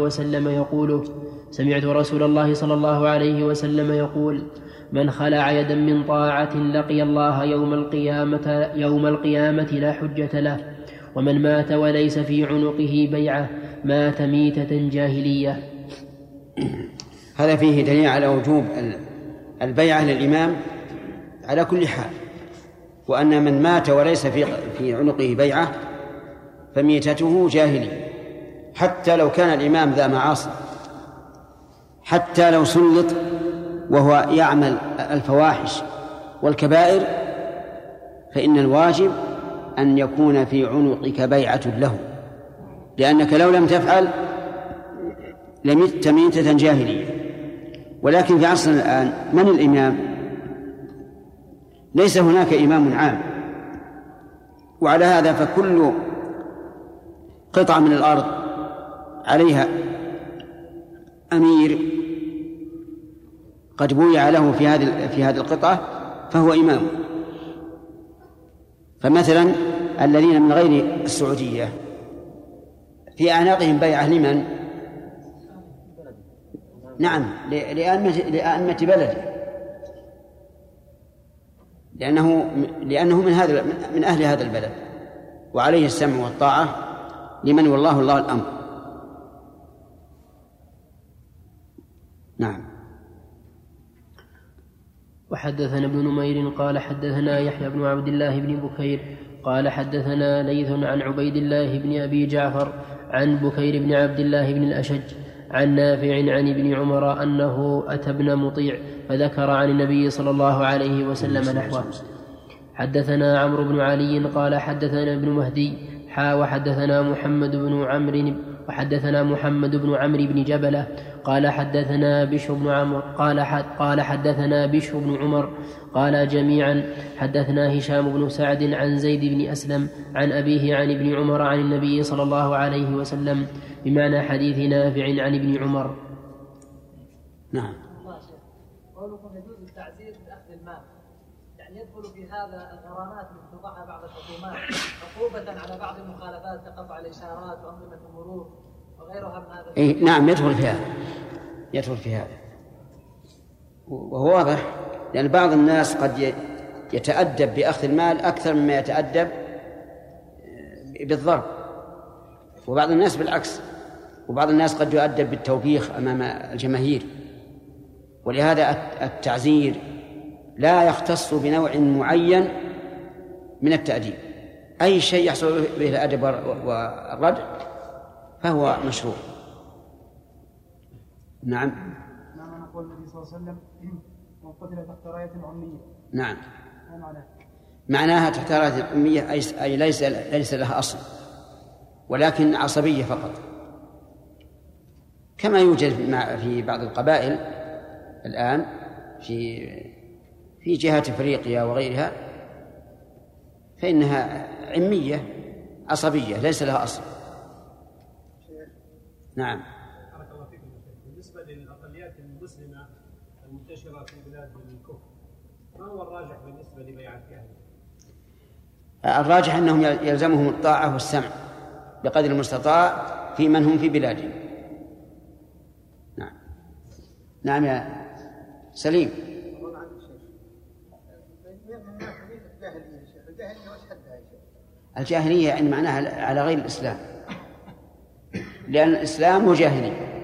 عليه وسلم يقول من خلع يدا من طاعة لقي الله يوم القيامة لا حجة له ومن مات وليس في عنقه بيعة مات ميتة جاهلية. هذا فيه دليل على وجوب البيعة للإمام على كل حال، وأن من مات وليس في عنقه بيعة فميتته جاهلية، حتى لو كان الإمام ذا معاصي، حتى لو سلط وهو يعمل الفواحش والكبائر، فإن الواجب أن يكون في عنقك بيعة له، لأنك لو لم تفعل لمت ميتة جاهلية. ولكن في عصرنا الآن من الإمام؟ ليس هناك إمام عام، وعلى هذا فكل قطعة من الأرض عليها أمير قد بويع له في هذه القطعة فهو إمام. فمثلا الذين من غير السعودية في أعناقهم بيعة لمن؟ نعم، لأئمة بلده، لأنه من أهل هذا البلد، وعليه السمع والطاعة لمن والله الله الأمر. نعم. وحدثنا ابن نمير قال حدثنا يحيى بن عبد الله بن بكير قال حدثنا ليث عن عبيد الله بن أبي جعفر عن بكير بن عبد الله بن الأشج عن نافع عن ابن عمر أنه أتى ابن مطيع فذكر عن النبي صلى الله عليه وسلم نحوه. حدثنا عمرو بن علي قال حدثنا ابن مهدي وحدثنا محمد بن عمرو بن جبلة قال حدثنا بشر بن عمرو قال حدثنا بشر بن عمر قال جميعا حدثنا هشام بن سعد عن زيد بن أسلم عن أبيه عن ابن عمر عن النبي صلى الله عليه وسلم بمعنى حديث نافع عن ابن عمر. نعم. قولكم يجوز التعزير بأخذ المال، يعني يدخل في هذا الغرامات التي تضعها بعض الحكومات عقوبة على بعض المخالفات كقطع الإشارات وأنظمة المرور وغيرها من هذا. نعم، يدخل في هذا، وهو واضح، لأن بعض الناس قد يتأدب بأخذ المال أكثر مما يتأدب بالضرب، وبعض الناس بالعكس، وبعض الناس قد يؤدب بالتوبيخ أمام الجماهير. ولهذا التعزير لا يختص بنوع معين من التأديب، أي شيء يحصل به الأدب والردع فهو مشروع. نعم. ما نقول النبي صلى الله عليه وسلم من قتل تحت راية عمية. نعم. ما معناه؟ معناها تحت راية عمية أي ليس لها أصل، ولكن عصبية فقط، كما يوجد في بعض القبائل الآن في جهات أفريقيا وغيرها، فإنها عمية عصبية ليس لها أصل. نعم. بارك الله فيكم. بالنسبة للأقليات المسلمة المنتشرة في بلاد الكفر، ما هو الراجح بالنسبة لبيعة أهلها؟ الراجح أنهم يلزمهم الطاعة والسمع بقدر المستطاع في من هم في بلادهم. نعم. نعم يا سليم. الجاهلية يعني معناها على غير الإسلام، لأن الإسلام هو جاهلية.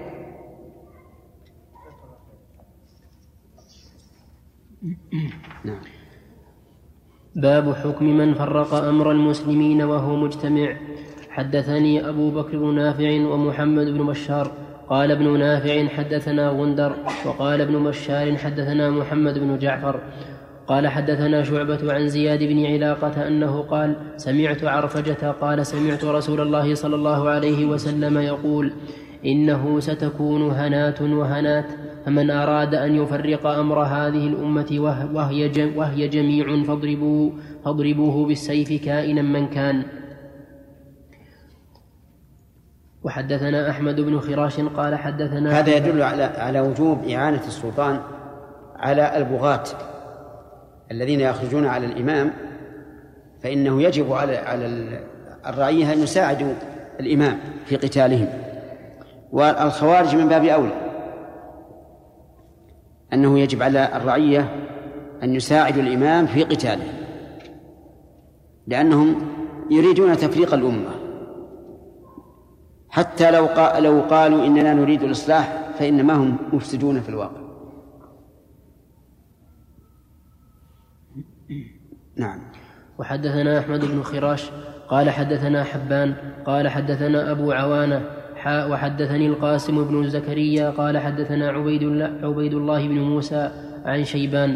نعم. باب حكم من فرق أمر المسلمين وهو مجتمع. حدثني أبو بكر بن نافع ومحمد بن بشار قال ابن نافع حدثنا غندر وقال ابن بشار حدثنا محمد بن جعفر قال حدثنا شعبة عن زياد بن علاقة أنه قال سمعت عرفجة قال سمعت رسول الله صلى الله عليه وسلم يقول إنه ستكون هنات وهنات فمن أراد أن يفرق أمر هذه الأمة وهي جميع فاضربوه بالسيف كائنا من كان. وحدثنا أحمد بن خراش قال حدثنا هذا يدل على وجوب إعانة السلطان على البغاة الذين يخرجون على الإمام، فإنه يجب على الرعية أن يساعدوا الإمام في قتالهم، والخوارج من باب أولى أنه يجب على الرعية أن يساعدوا الإمام في قتاله، لأنهم يريدون تفريق الأمة. حتى لو قالوا إننا نريد الإصلاح فإنما هم مفسدون في الواقع. نعم. وحدثنا أحمد بن خراش قال حدثنا حبان قال حدثنا أبو عوانة وحدثني القاسم بن زكريا قال حدثنا عبيد الله بن موسى عن شيبان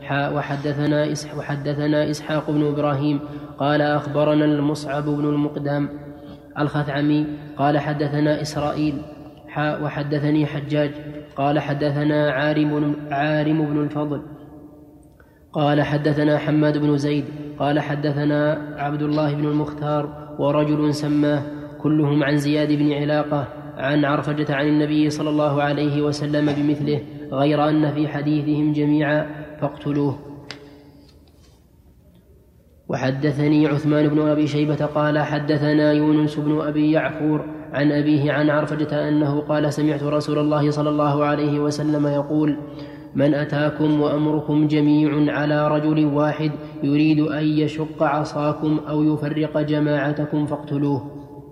وحدثنا إسحاق بن إبراهيم قال أخبرنا المصعب بن المقدام الخثعمي قال حدثنا إسرائيل وحدثني حجاج قال حدثنا عارم بن الفضل قال حدثنا حماد بن زيد قال حدثنا عبد الله بن المختار ورجل سماه كلهم عن زياد بن علاقة عن عرفجة عن النبي صلى الله عليه وسلم بمثله غير أن في حديثهم جميعا فاقتلوه. وحدثني عثمان بن أبي شيبة قال حدثنا يونس بن أبي يعفور عن أبيه عن عرفجة أنه قال سمعت رسول الله صلى الله عليه وسلم يقول من أتاكم وأمركم جميع على رجل واحد يريد أن يشق عصاكم أو يفرق جماعتكم فاقتلوه.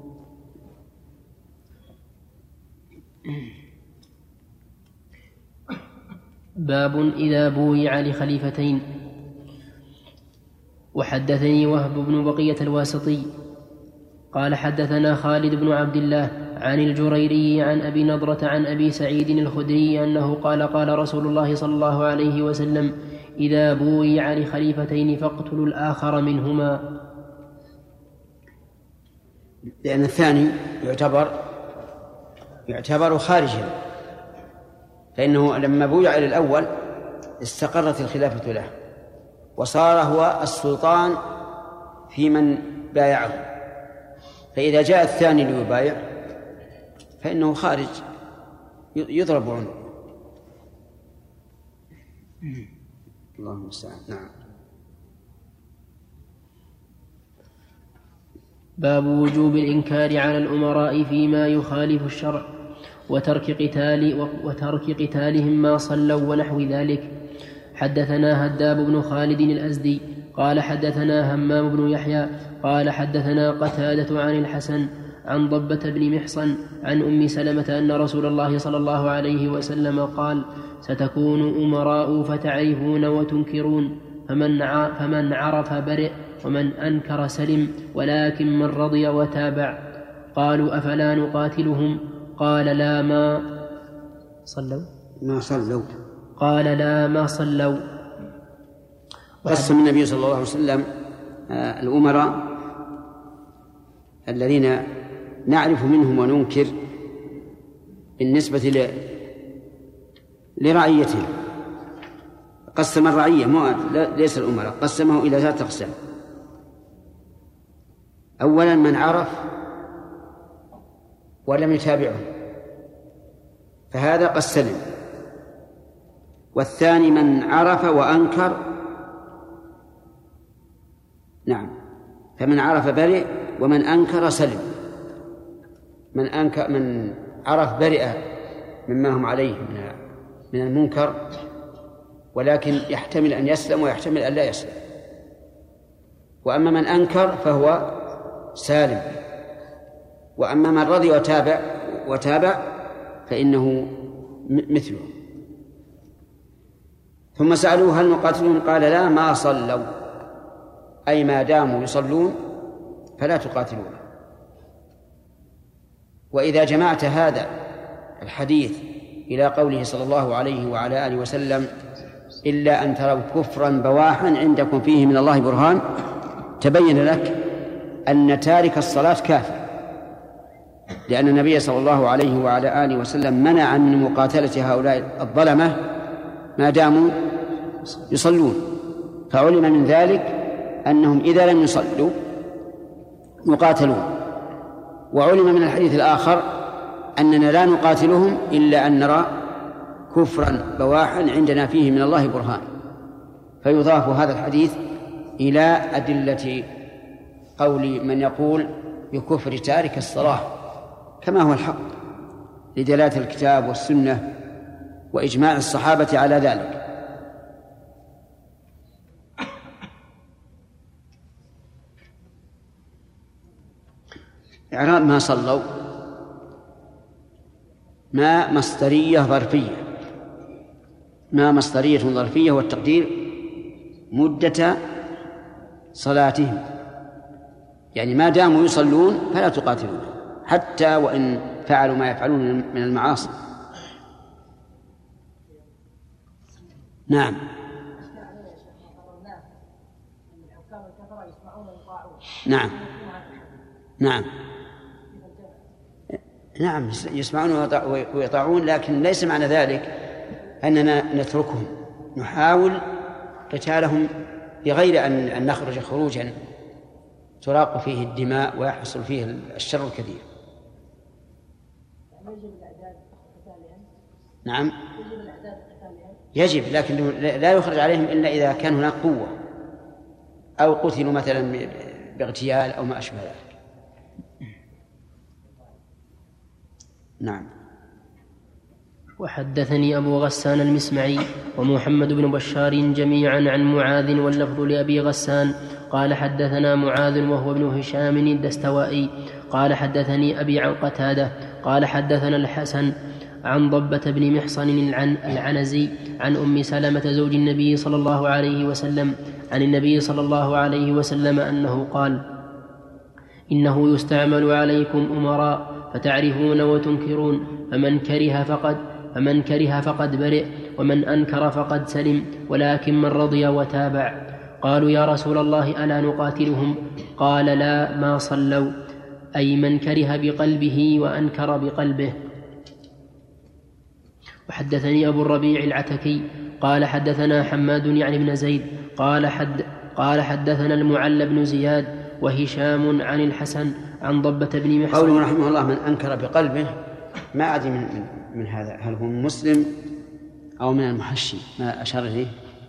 باب إذا بويع لخليفتين. وحدثني وهب بن بقية الواسطي قال حدثنا خالد بن عبد الله عن الجريري عن أبي نضرة عن أبي سعيد الخدري أنه قال رسول الله صلى الله عليه وسلم إذا بويع لخليفتين فاقتلوا الآخر منهما. لأن الثاني يعتبر خارجا، فإنه لما بويع للأول استقرت الخلافة له وصار هو السلطان في من بايعه، فإذا جاء الثاني ليبايع فإنه خارج يضرب عنه. اللهم المستعان. نعم. باب وجوب الإنكار على الأمراء فيما يخالف الشرع وترك قتالهم ما صلوا ونحو ذلك. حدثنا هداب بن خالد الأزدي قال حدثنا همام بن يحيى قال حدثنا قتادة عن الحسن عن ضبة بن محصن عن أم سلمة أن رسول الله صلى الله عليه وسلم قال ستكون أمراء فتعرفون وتنكرون فمن عرف برئ ومن أنكر سلم ولكن من رضي وتابع. قالوا أفلا نقاتلهم؟ قال لا ما صلوا قال لا ما صلوا. قسم النبي صلى الله عليه وسلم الأمراء الذين نعرف منهم وننكر بالنسبة لرعيتهم. قسم الرعية ليس الأمراء، قسمه إلى 3 أقسام. أولا من عرف ولم يتابعه فهذا قد سلم، والثاني من عرف وأنكر، نعم، فمن عرف برئ ومن أنكر سلم. من عرف برئ مما هم عليه من المنكر، ولكن يحتمل أن يسلم ويحتمل أن لا يسلم. وأما من أنكر فهو سالم، وأما من رضي وتابع فإنه مثله. ثم سألوه هل نقاتلهم؟ قال لا ما صلوا، أي ما داموا يصلون فلا تقاتلون. وإذا جمعت هذا الحديث إلى قوله صلى الله عليه وعلى آله وسلم إلا أن تروا كفرا بواحا عندكم فيه من الله برهان، تبين لك أن تارك الصلاة كافر، لأن النبي صلى الله عليه وعلى آله وسلم منع من مقاتلة هؤلاء الظلمة ما داموا يصلون، فعلم من ذلك أنهم إذا لم يصلوا يقاتلون. وعلم من الحديث الآخر أننا لا نقاتلهم إلا أن نرى كفرا بواحا عندنا فيه من الله برهان، فيضاف هذا الحديث إلى أدلة قول من يقول بكفر تارك الصلاة كما هو الحق لدلالة الكتاب والسنة وإجماع الصحابة على ذلك. إعراب ما صلوا ما مصدرية ظرفية، ما مصدرية ظرفية والتقدير مدة صلاتهم، يعني ما داموا يصلون فلا تقاتلون حتى وإن فعلوا ما يفعلون من المعاصي. نعم نعم نعم نعم يسمعون ويطاعون، لكن ليس معنى ذلك أننا نتركهم، نحاول قتالهم بغير أن نخرج خروجا تراق فيه الدماء ويحصل فيه الشر الكثير. نعم يجب، لكن لا يخرج عليهم إلا إذا كان هناك قوة أو قتلوا مثلا باغتيال أو ما أشبه ذلك. نعم. وحدثني أبو غسان المسمعي ومحمد بن بشار جميعا عن معاذ واللفظ لأبي غسان قال حدثنا معاذ وهو ابن هشام الدستوائي قال حدثني أبي عن قتادة قال حدثنا الحسن عن ضبة بن محصن العنزي عن أم سلمة زوج النبي صلى الله عليه وسلم عن النبي صلى الله عليه وسلم أنه قال إنه يستعمل عليكم أمراء فتعرفون وتنكرون، فمن كره فقد برئ ومن أنكر فقد سلم، ولكن من رضي وتابع. قالوا يا رسول الله ألا نقاتلهم؟ قال لا ما صلوا، أي من كره بقلبه وأنكر بقلبه. وحدثني أبو الربيع العتكي قال حدثنا حماد يعني بن زيد قال حدثنا المعلى بن زياد وهشام عن الحسن عن ضبة بن محصن. قوله رحمه الله من أنكر بقلبه ما أدري من هذا هل هو مسلم أو من المحشي ما أشار إليه.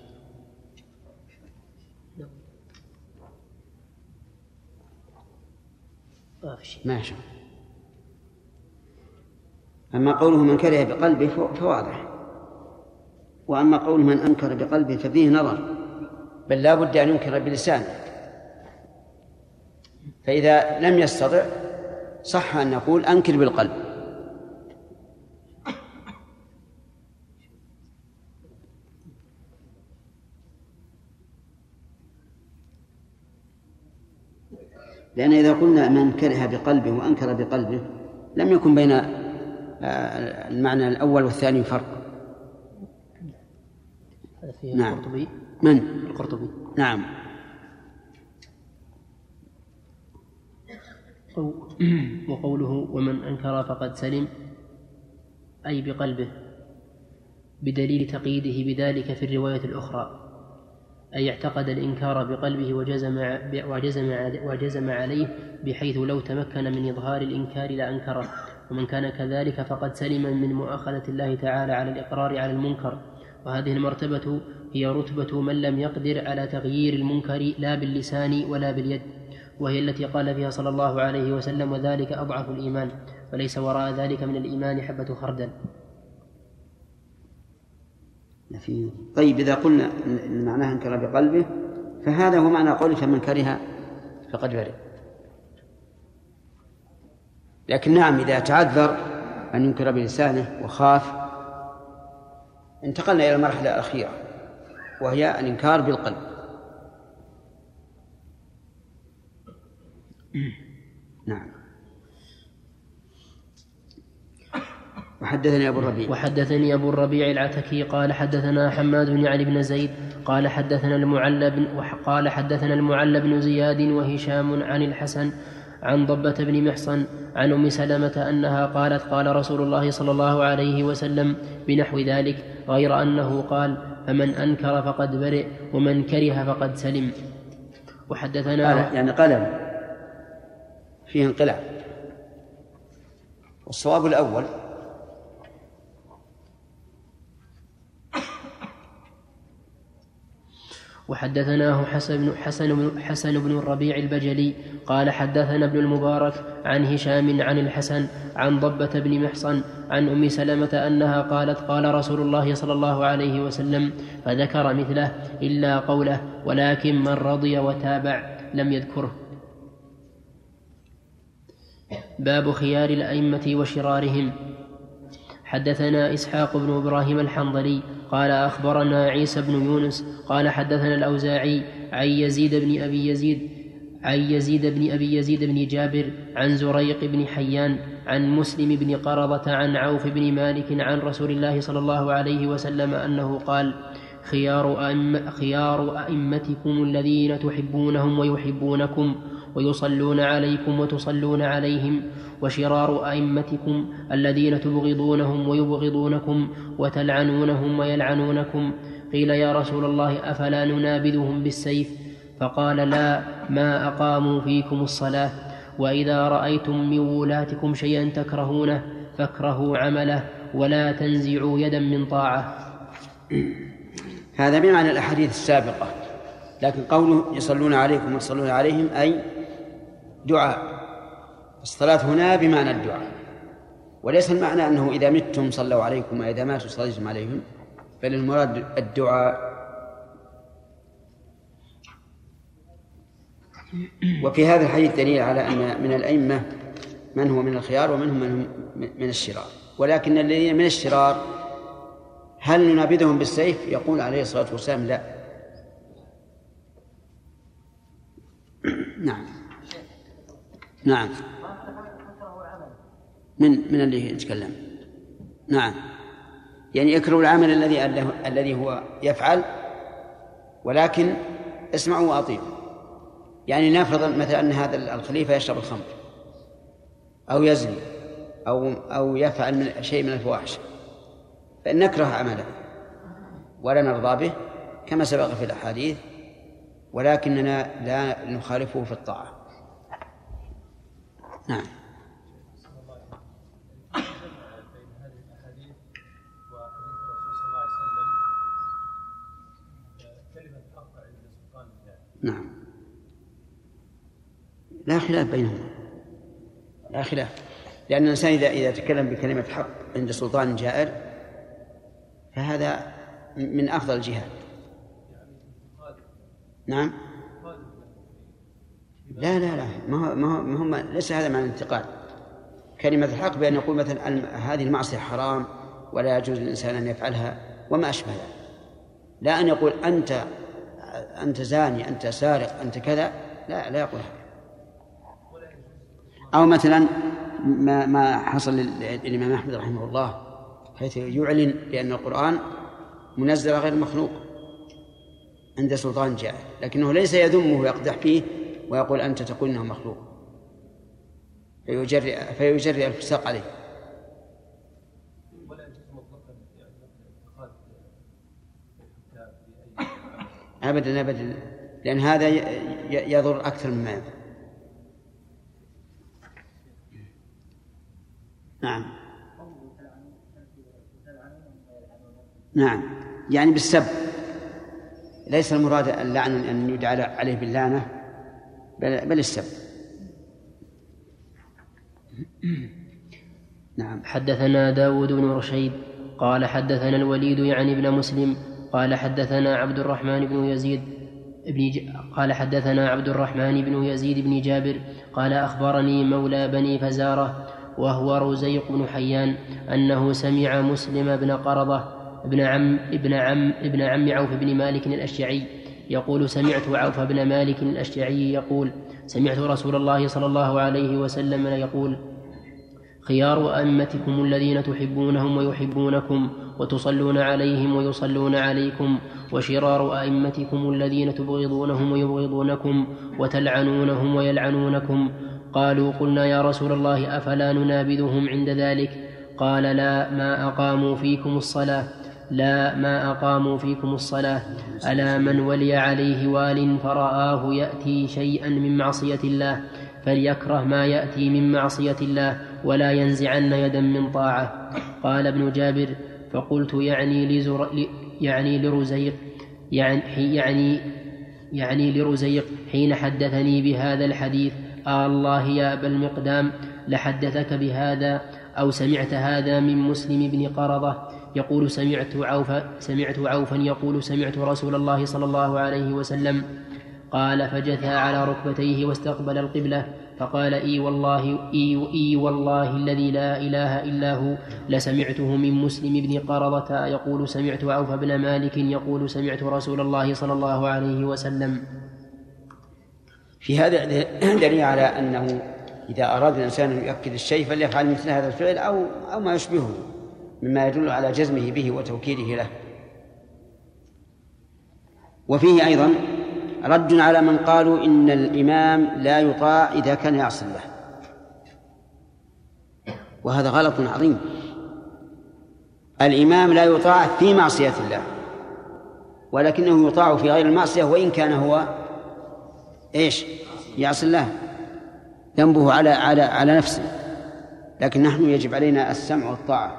ماشي. أما قوله من كره بقلبه فواضح، وأما قوله من أنكر بقلبه ففيه نظر، بل لا بد أن ينكر بلسانه، فإذا لم يستطع صح أن نقول أنكر بالقلب. لأن إذا قلنا من كره بقلبه وأنكر بقلبه لم يكن بين المعنى الأول والثاني فرق. نعم. القرطبي. من؟ القرطبي. نعم. وقوله ومن أنكر فقد سلم أي بقلبه، بدليل تقييده بذلك في الرواية الأخرى، أي اعتقد الإنكار بقلبه وجزم عليه بحيث لو تمكن من إظهار الإنكار لأنكره. ومن كان كذلك فقد سلم من مؤاخذة الله تعالى على الإقرار على المنكر. وهذه المرتبة هي رتبة من لم يقدر على تغيير المنكر لا باللسان ولا باليد، وهي التي قال فيها صلى الله عليه وسلم وذلك أضعف الإيمان، وليس وراء ذلك من الإيمان حبة خردل. طيب إذا قلنا إن معناها انكر بقلبه فهذا هو معنى قوله فمن كره فقد برئ. لكن نعم إذا تعذر أن ينكر بلسانه وخاف انتقلنا إلى المرحلة الأخيرة وهي الإنكار بالقلب. نعم. وحدثني أبو الربيع العتكي قال حدثنا حماد بن علي بن زيد قال حدثنا المعلى بن زياد وهشام عن الحسن عن ضبة بن محصن عن أم سلمة أنها قالت قال رسول الله صلى الله عليه وسلم بنحو ذلك غير أنه قال فمن أنكر فقد برئ ومن كره فقد سلم. وحدثنا يعني قلم فيه انقلاب، والصواب الأول. وحدثناه حسن بن الربيع البجلي قال حدثنا ابن المبارك عن هشام عن الحسن عن ضبة بن محصن عن أم سلمة أنها قالت قال رسول الله صلى الله عليه وسلم فذكر مثله إلا قوله ولكن من رضي وتابع لم يذكره. باب خيار الأئمة وشرارهم. حدثنا إسحاق بن إبراهيم الحنظلي قال أخبرنا عيسى بن يونس قال حدثنا الأوزاعي عن يزيد بن أبي يزيد بن جابر عن زريق بن حيان عن مسلم بن قرضة عن عوف بن مالك عن رسول الله صلى الله عليه وسلم أنه قال خيار أئمتكم الذين تحبونهم ويحبونكم ويصلون عليكم وتصلون عليهم، وشرار أئمتكم الذين تبغضونهم ويبغضونكم وتلعنونهم ويلعنونكم. قيل يا رسول الله أفلا ننابذهم بالسيف؟ فقال لا، ما أقاموا فيكم الصلاة. وإذا رأيتم من ولاتكم شيئا تكرهونه فاكرهوا عمله ولا تنزعوا يدا من طاعة. هذا بمعنى الأحاديث السابقة، لكن قوله يصلون عليكم وتصلون عليهم أي دعاء. الصلاة هنا بمعنى الدعاء، وليس المعنى أنه إذا متم صلوا عليكم وإذا ماتوا صليتم عليهم، بل المراد الدعاء. وفي هذا الحديث دليل على أن من الأئمة من هو من الخيار ومنهم من الشرار، ولكن الذين من الشرار هل ننابذهم بالسيف؟ يقول عليه الصلاة والسلام لا. نعم من اللي يتكلم. نعم، يعني يكره العمل الذي هو يفعل، ولكن اسمعوا وأطيعوا. يعني نفرض مثلا أن هذا الخليفة يشرب الخمر أو يزني أو يفعل شيء من الفواحش، فإن نكره عمله ولا نرضى به كما سبق في الأحاديث، ولكننا لا نخالفه في الطاعة. نعم. نعم، لا خلاف بينهم، لا خلاف، لأن الإنسان إذا تكلم بكلمة حق عند سلطان جائر فهذا من أفضل الجهاد. نعم، لا ما هم ليس هذا معنى الانتقاد. كلمة الحق بأن يقول مثلا هذه المعصية حرام ولا يجوز للإنسان أن يفعلها وما أشبه ذلك، لا أن يقول أنت زاني، أنت سارق، أنت كذا، لا يقول هذا. أو مثلا ما حصل للإمام أحمد رحمه الله حيث يعلن بأن القرآن منزل غير مخلوق عند سلطان جائر، لكنه ليس يذمه ويقدح فيه ويقول أنت تقول إنه مخلوق، فيجرئ الفساق عليه. أبدا، لأن هذا يضر أكثر مما ينفع. نعم، يعني بالسب، ليس المراد اللعن أن يدعى عليه باللعنة، بل السب. نعم. حدثنا داود بن رشيد قال حدثنا الوليد يعني ابن مسلم قال حدثنا عبد الرحمن بن يزيد بن جابر قال أخبرني مولى بني فزارة وهو رزيق بن حيان أنه سمع مسلم بن قرضة ابن عم عوف بن مالك الأشجعي يقول سمعت عوف بن مالك الأشجعي يقول سمعت رسول الله صلى الله عليه وسلم يقول خيار أئمتكم الذين تحبونهم ويحبونكم وتصلون عليهم ويصلون عليكم، وشرار أئمتكم الذين تبغضونهم ويبغضونكم وتلعنونهم ويلعنونكم. قالوا قلنا يا رسول الله أفلا ننابذهم عند ذلك؟ قال لا ما أقاموا فيكم الصلاة ألا من ولي عليه وال فرآه يأتي شيئا من معصية الله فليكره ما يأتي من معصية الله ولا ينزعن يدا من طاعة. قال ابن جابر فقلت يعني لرزيق حين حدثني بهذا الحديث الله يا أبا المقدام لحدثك بهذا أو سمعت هذا من مسلم بن قرضة يقول سمعت عوفا يقول سمعت رسول الله صلى الله عليه وسلم. قال فجثى على ركبتيه واستقبل القبلة فقال إي والله الذي لا إله إلا هو لسمعته من مسلم بن قرضة يقول سمعت عوف بن مالك يقول سمعت رسول الله صلى الله عليه وسلم. في هذا دليل على أنه إذا أراد الإنسان أن يؤكد الشيء فليفعل مثل هذا الفعل أو ما يشبهه مما يدل على جزمه به وتوكيده له. وفيه أيضا رد على من قالوا إن الإمام لا يطاع إذا كان يعصي الله، وهذا غلط عظيم. الإمام لا يطاع في معصية الله، ولكنه يطاع في غير المعصية وإن كان هو يعصي الله، ذنبه على نفسه، لكن نحن يجب علينا السمع والطاعة.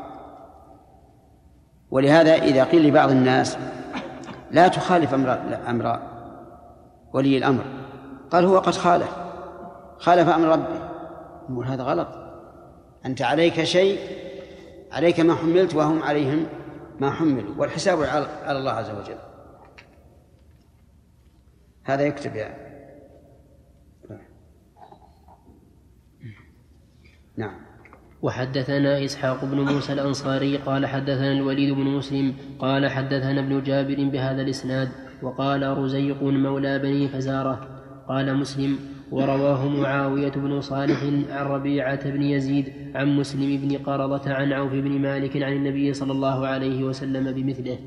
ولهذا إذا قيل لبعض الناس لا تخالف أمر ولي الأمر، قال هو قد خالف أمر ربه، نقول هذا غلط. أنت عليك شيء، عليك ما حملت وهم عليهم ما حملوا، والحساب على الله عز وجل. هذا يكتب يعني. نعم. وحدثنا إسحاق بن موسى الأنصاري قال حدثنا الوليد بن مسلم قال حدثنا ابن جابر بهذا الإسناد. وقال رزيق مولى بني فزارة. قال مسلم ورواه معاوية بن صالح عن ربيعة بن يزيد عن مسلم بن قرضة عن عوف بن مالك عن النبي صلى الله عليه وسلم بمثله.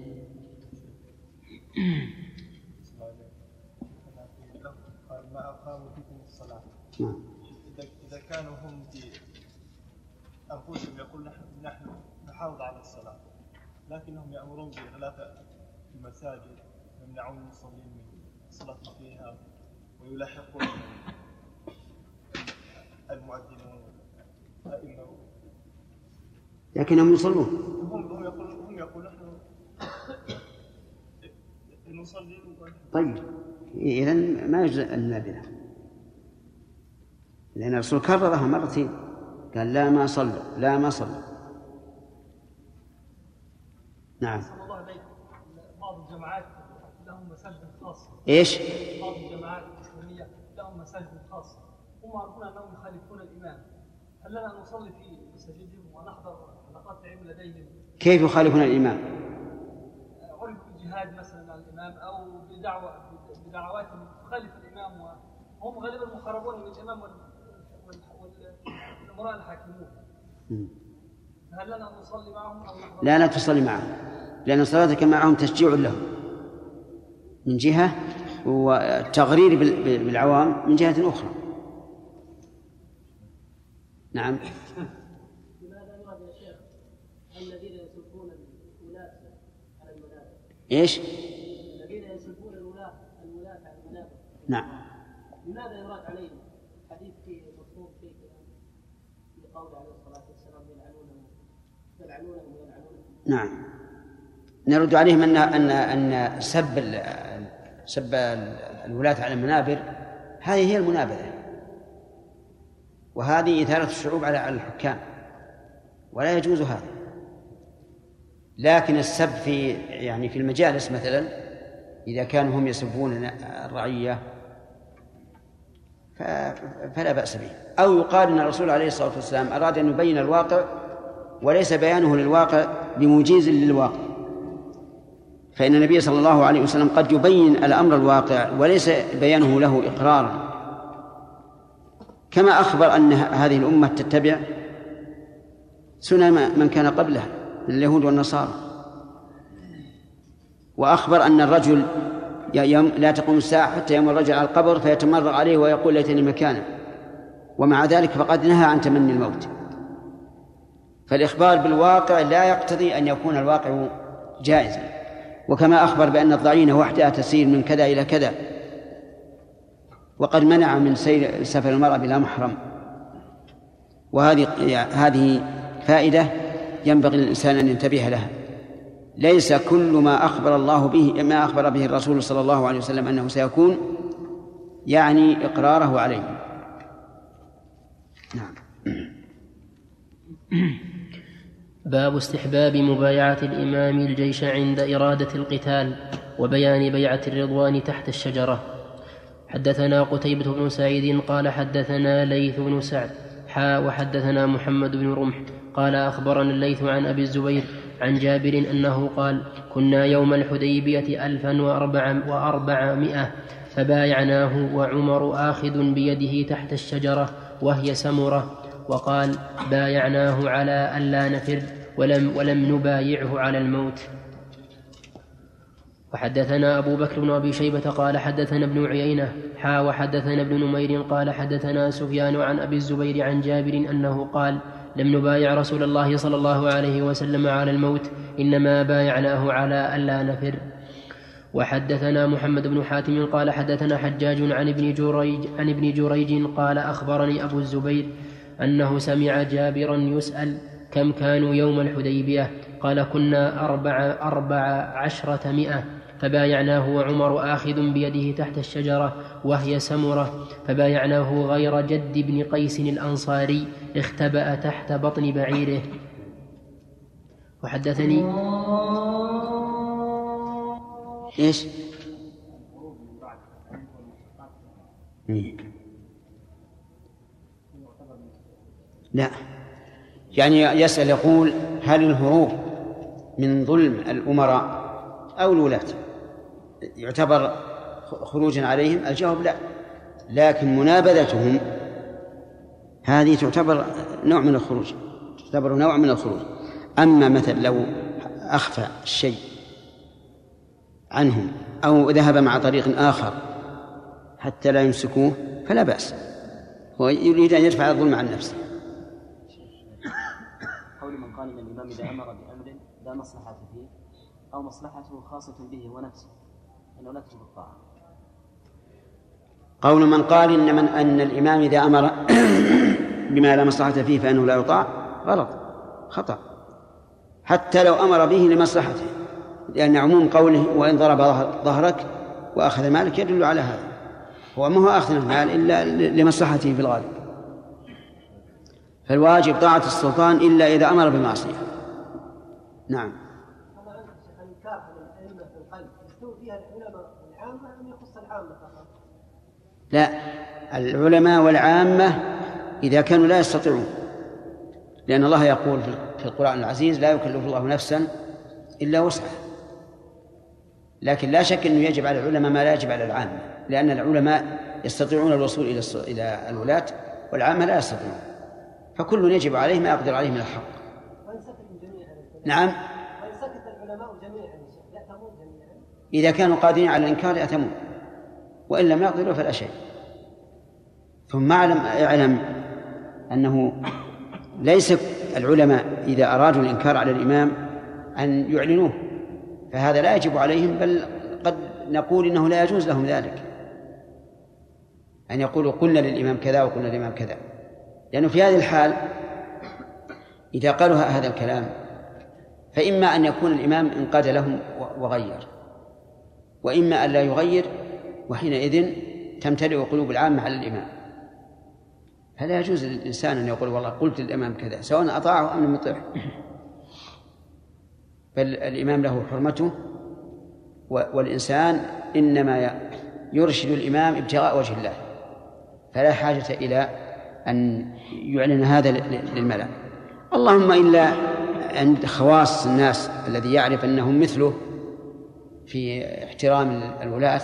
ما أقاموا فيكم الصلاة، إذا كانوا هم في أنفسهم يقول نحن نحافظ على الصلاة، لكنهم يأمرون بإغلاق المساجد ويمنعون المصلين من الصلاة فيها ويلاحقون المؤذنون الأئمة، لكنهم يصلون. هم يقول نحن نصلي. طيب إذن ما يجوز أن ننابذه، لأن الرسول كررها مرتين، قال لا ما صلوا. نعم. بعض الجماعات لهم مساجد خاصة. بعض الجماعات الإسلامية لهم مساجد خاصة، هم يعرفون أنهم يخالفون الإمام، هل لنا أن نصلي في مساجدهم ونحضر حلقات العلم لديهم؟ كيف يخالفون الإمام؟ عرفوا بالجهاد مثلا على الإمام أو بدعوات تخالف الإمام، وهم غالبا مخربون من الإمام والأمراء الحاكمون. هل لنا أن نصلي معهم أو نحضر؟ لا تصلي معهم، لأن صلاتك معهم تشجيع لهم من جهة، وتغرير بالعوام من جهة أخرى. نعم. لماذا يراد يا شيخ الذين يسبون الولاة على المنابر؟ الذين يسبون الولاة على المنابر. نعم. لماذا يراد عليهم حديث فيه مفهوم فيه لقول عليه الصلاة والسلام يلعنونهم. نعم. نرد عليهم أن سب الولاة على المنابر هذه هي المنابذة، وهذه إثارة الشعوب على الحكام، ولا يجوز هذا. لكن السب في المجالس مثلا، إذا كانوا هم يسبون الرعية فلا بأس به. أو يقال أن الرسول عليه الصلاة والسلام أراد أن يبين الواقع وليس بيانه للواقع بمجيز للواقع، فإن النبي صلى الله عليه وسلم قد يبين الأمر الواقع وليس بيانه له إقرارا، كما أخبر أن هذه الأمة تتبع سنن من كان قبله من اليهود والنصارى. وأخبر أن الرجل لا تقوم الساعة حتى يمر الرجل على القبر فيتمرغ عليه ويقول ليتني مكانه، ومع ذلك فقد نهى عن تمني الموت. فالإخبار بالواقع لا يقتضي أن يكون الواقع جائزا. وكما أخبر بأن الضعينة وحدها تسير من كذا إلى كذا، وقد منع من سفر المرأة بلا محرم. وهذه فائدة ينبغي للإنسان أن ينتبه لها. ليس كل ما أخبر الله به ما أخبر به الرسول صلى الله عليه وسلم أنه سيكون يعني إقراره عليه. نعم. باب استحباب مبايعة الإمام الجيش عند إرادة القتال وبيان بيعة الرضوان تحت الشجرة. حدثنا قتيبة بن سعيد قال حدثنا ليث بن سعد وحدثنا محمد بن رمح قال أخبرنا الليث عن أبي الزبير عن جابر أنه قال كنا يوم الحديبية 1400 فبايعناه وعمر آخذ بيده تحت الشجرة وهي سمرة، وقال بايعناه على ألا نفر ولم نبايعه على الموت. وحدثنا أبو بكر بن أبي شيبة قال حدثنا ابن عيينة وحدثنا ابن نمير قال حدثنا سفيان عن أبي الزبير عن جابر أنه قال لم نبايع رسول الله صلى الله عليه وسلم على الموت، إنما بايعناه على ألا نفر. وحدثنا محمد بن حاتم قال حدثنا حجاج عن ابن جريج قال أخبرني أبو الزبير أنه سمع جابرا يسأل كم كانوا يوم الحديبية، قال كنا 1400 فبايعناه وعمر آخذ بيده تحت الشجرة وهي سمرة، فبايعناه غير جد بن قيس الأنصاري اختبأ تحت بطن بعيره. وحدثني إيش؟ لا، يعني يسأل يقول هل الهروب من ظلم الأمراء أو الولاة يعتبر خروجا عليهم؟ الجواب لا، لكن منابذتهم هذه تعتبر نوع من الخروج، تعتبر نوع من الخروج. أما مثلا لو أخفى الشيء عنهم أو ذهب مع طريق آخر حتى لا يمسكوه فلا بأس، هو يريد أن يرفع الظلم عن نفسه. قول من قال إن الإمام إذا أمر بأمر لا مصلحة فيه أو مصلحته خاصة به ونفسه أنه لا تجب الطاعة. قول من قال أن الإمام إذا أمر بما لا مصلحة فيه فإنه لا يطاع غلط، خطأ، حتى لو أمر به لمصلحته، لأن عموم قوله وإن ضرب ظهرك وأخذ مالك يدل على هذا. هو ما هو أخذ المال إلا لمصلحته في الغالب، فالواجب طاعة السلطان إلا إذا أمر بمعصية. نعم. لا، العلماء والعامة إذا كانوا لا يستطيعون، لأن الله يقول في القرآن العزيز لا يكلف الله نفسا إلا وسعها. لكن لا شك أنه يجب على العلماء ما لا يجب على العامة، لأن العلماء يستطيعون الوصول إلى الولاة والعامة لا يستطيعون، فكل يجب عليه ما يقدر عليه من الحق. نعم، إذا كانوا قادرين على الإنكار يأتمون، وإن لم يقدروا فلا شيء. ثم اعلم أنه ليس العلماء إذا أرادوا الإنكار على الإمام أن يعلنوه، فهذا لا يجب عليهم، بل قد نقول إنه لا يجوز لهم ذلك، أن يقولوا قلنا للإمام كذا وقلنا للإمام كذا، لأنه في هذه الحال إذا قالوا هذا الكلام فإما أن يكون الإمام انقاد لهم وغير، وإما أن لا يغير، وحينئذ تمتلئ قلوب العامة على الإمام. فلا يجوز للإنسان أن يقول والله قلت للإمام كذا سواء أطاعه أم لم يطيعه، بل الإمام له حرمته، والإنسان إنما يرشد الإمام ابتغاء وجه الله، فلا حاجة إلى أن يعلن هذا للملأ. اللهم إلا عند خواص الناس الذي يعرف أنهم مثله في احترام الولاة،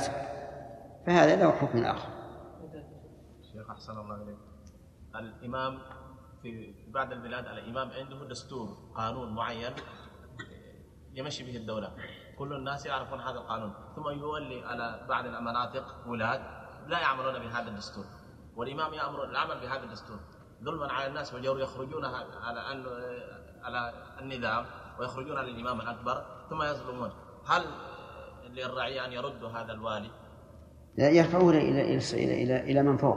فهذا له حكم آخر. شيخ أحسن الله إليك، الإمام في بعض البلاد الإمام عنده دستور قانون معين يمشي به الدولة، كل الناس يعرفون هذا القانون، ثم يولي على بعض المناطق ولاة لا يعملون بهذا الدستور، والإمام يأمر العمل بهذا الدستور ظلما على الناس وجور، يخرجون على النظام ويخرجون على الإمام الأكبر ثم يظلمون. هل للرعية أن يردوا هذا الوالي؟ لا، يرفعوه إلى من فوق،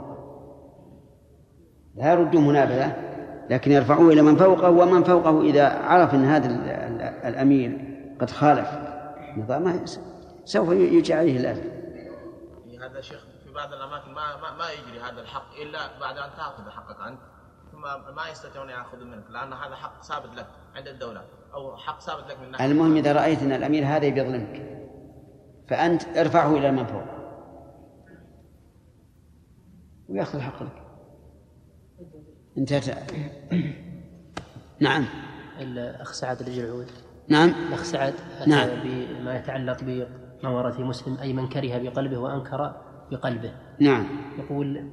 لا يردوا منابذة، لكن يرفعوه إلى من فوقه، ومن فوقه إذا عرف أن هذا الأمير قد خالف نظامه سوف يجي عليه الأذى. هذا شيخ في بعض الأماكن ما يجري هذا الحق إلا بعد أن تأخذ حقك أنت، ثم ما يستطيعون يأخذوا منك، لأن هذا حق ثابت لك عند الدولة أو حق ثابت لك من ناحية. المهم إذا رأيت أن الأمير هذا يظلمك فأنت ارفعه إلى من فوق ويأخذ حقك. انتهت. نعم. الأخ سعد الجرعود. نعم. الأخ سعد نعم. بما يتعلق بما ورد في مسلم أي من كره بقلبه وأنكر بقلبه. نعم. يقول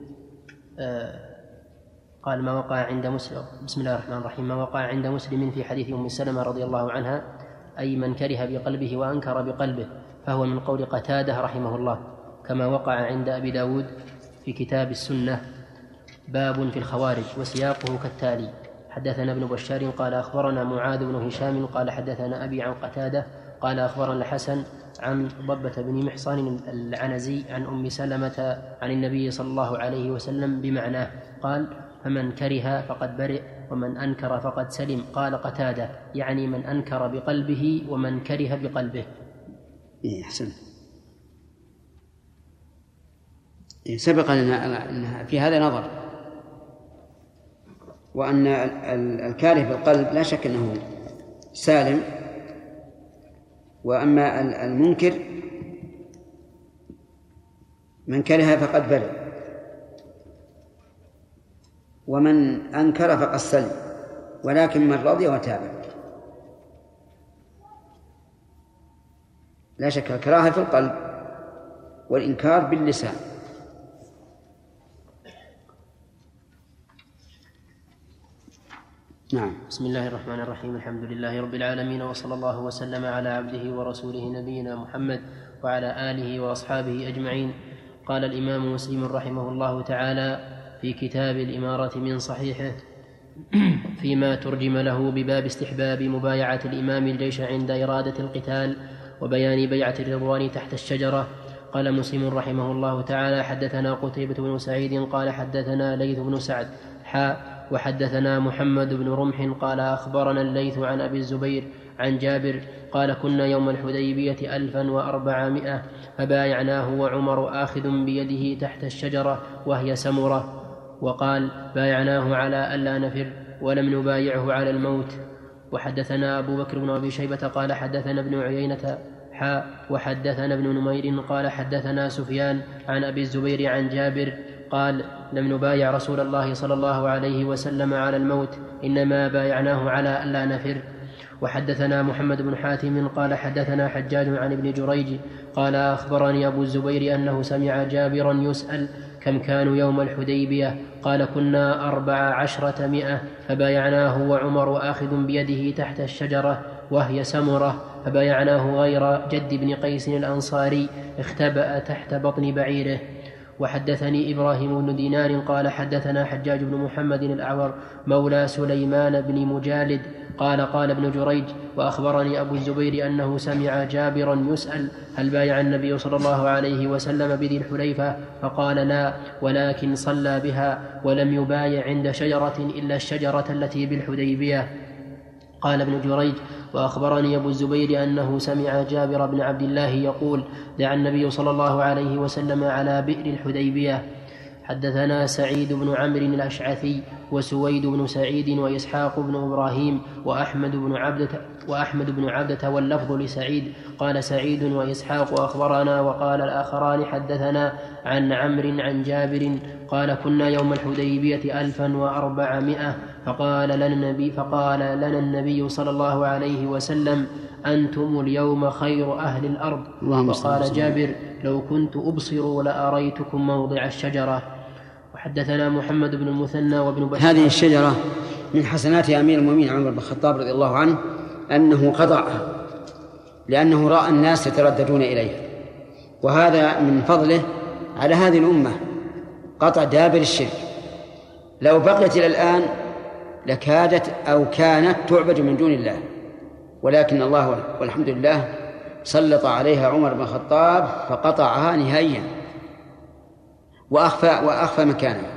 قال ما وقع عند مسلم، بسم الله الرحمن الرحيم، ما وقع عند مسلم في حديث أم سلمة رضي الله عنها أي من كره بقلبه وأنكر بقلبه، فهو من قول قتادة رحمه الله، كما وقع عند أبي داود في كتاب السنة باب في الخوارج، وسياقه كالتالي: حدثنا ابن بشار قال أخبرنا معاذ بن هشام قال حدثنا أبي عن قتادة قال أخبرنا الحسن عن ضبة بن محصن العنزي عن أم سلمة عن النبي صلى الله عليه وسلم بمعناه، قال: فمن كره فقد برئ ومن أنكر فقد سلم. قال قتادة: يعني من أنكر بقلبه ومن كره بقلبه. أحسن. سبق لنا أن في هذا نظر، وأن الكاره بالقلب لا شك أنه سالم، وأما المنكر من كره فقد برئ ومن أنكر فقد سلم، ولكن من رضي وتابع. لا شك الكراهة في القلب والإنكار باللسان. نعم. بسم الله الرحمن الرحيم، الحمد لله رب العالمين، وصلى الله وسلم على عبده ورسوله نبينا محمد وعلى آله وأصحابه أجمعين. قال الإمام مسلم رحمه الله تعالى في كتاب الإمارة من صحيحه فيما ترجم له بباب استحباب مبايعة الإمام الجيش عند إرادة القتال وبيان بيعة الرضوان تحت الشجرة. قال مسلم رحمه الله تعالى: حدثنا قتيبة بن سعيد قال حدثنا ليث بن سعد وحدثنا محمد بن رمح قال أخبرنا الليث عن أبي الزبير عن جابر قال: كنا يوم الحديبية 1400 فبايعناه وعمر آخذ بيده تحت الشجرة وهي سمرة، وقال: بايعناه على ألا نفر ولم نبايعه على الموت. وحدثنا أبو بكر بن أبي شيبة قال حدثنا ابن عيينة وحدثنا ابن نمير قال حدثنا سفيان عن أبي الزبير عن جابر قال: لم نبايع رسول الله صلى الله عليه وسلم على الموت، إنما بايعناه على ألا نفر. وحدثنا محمد بن حاتم قال حدثنا حجاج عن ابن جريج قال أخبرني أبو الزبير أنه سمع جابرا يسأل: كم كانوا يوم الحديبية؟ قال: كنا 1400 فبايعناه وعمر آخذ بيده تحت الشجرة وهي سمرة، فبايعناه غير جد بن قيس الأنصاري اختبأ تحت بطن بعيره. وحدثني إبراهيم بن دينار قال حدثنا حجاج بن محمد الأعور مولى سليمان بن مجالد قال: قال ابن جريج: وأخبرني أبو الزبير أنه سمع جابرا يسأل: هل بايع النبي صلى الله عليه وسلم بذي الحليفة؟ فقال: لا، ولكن صلى بها ولم يبايع عند شجرة إلا الشجرة التي بالحديبية. قال ابن جريج: وأخبرني أبو الزبير أنه سمع جابر بن عبد الله يقول: دعا النبي صلى الله عليه وسلم على بئر الحديبية. حدثنا سعيد بن عمرو الأشعثي وسويد بن سعيد وإسحاق بن إبراهيم وأحمد بن عبدة واللفظ لسعيد. قال سعيد وإسحاق أخبرنا، وقال الآخران حدثنا عن عمرو عن جابر قال: كنا يوم الحديبية 1400 فقال لنا النبي صلى الله عليه وسلم: أنتم اليوم خير أهل الأرض. وقال جابر: لو كنت أبصر لأريتكم موضع الشجرة. وحدثنا محمد بن المثنى وابن بشار. هذه الشجرة من حسنات أمير المؤمنين عمر بن الخطاب رضي الله عنه أنه قطعها لأنه رأى الناس يترددون إليها، وهذا من فضله على هذه الأمة قطع دابر الشرك. لو بقيت إلى الآن لكادت أو كانت تعبد من دون الله، ولكن الله والحمد لله سلط عليها عمر بن الخطاب فقطعها نهائيا وأخفى مكانها،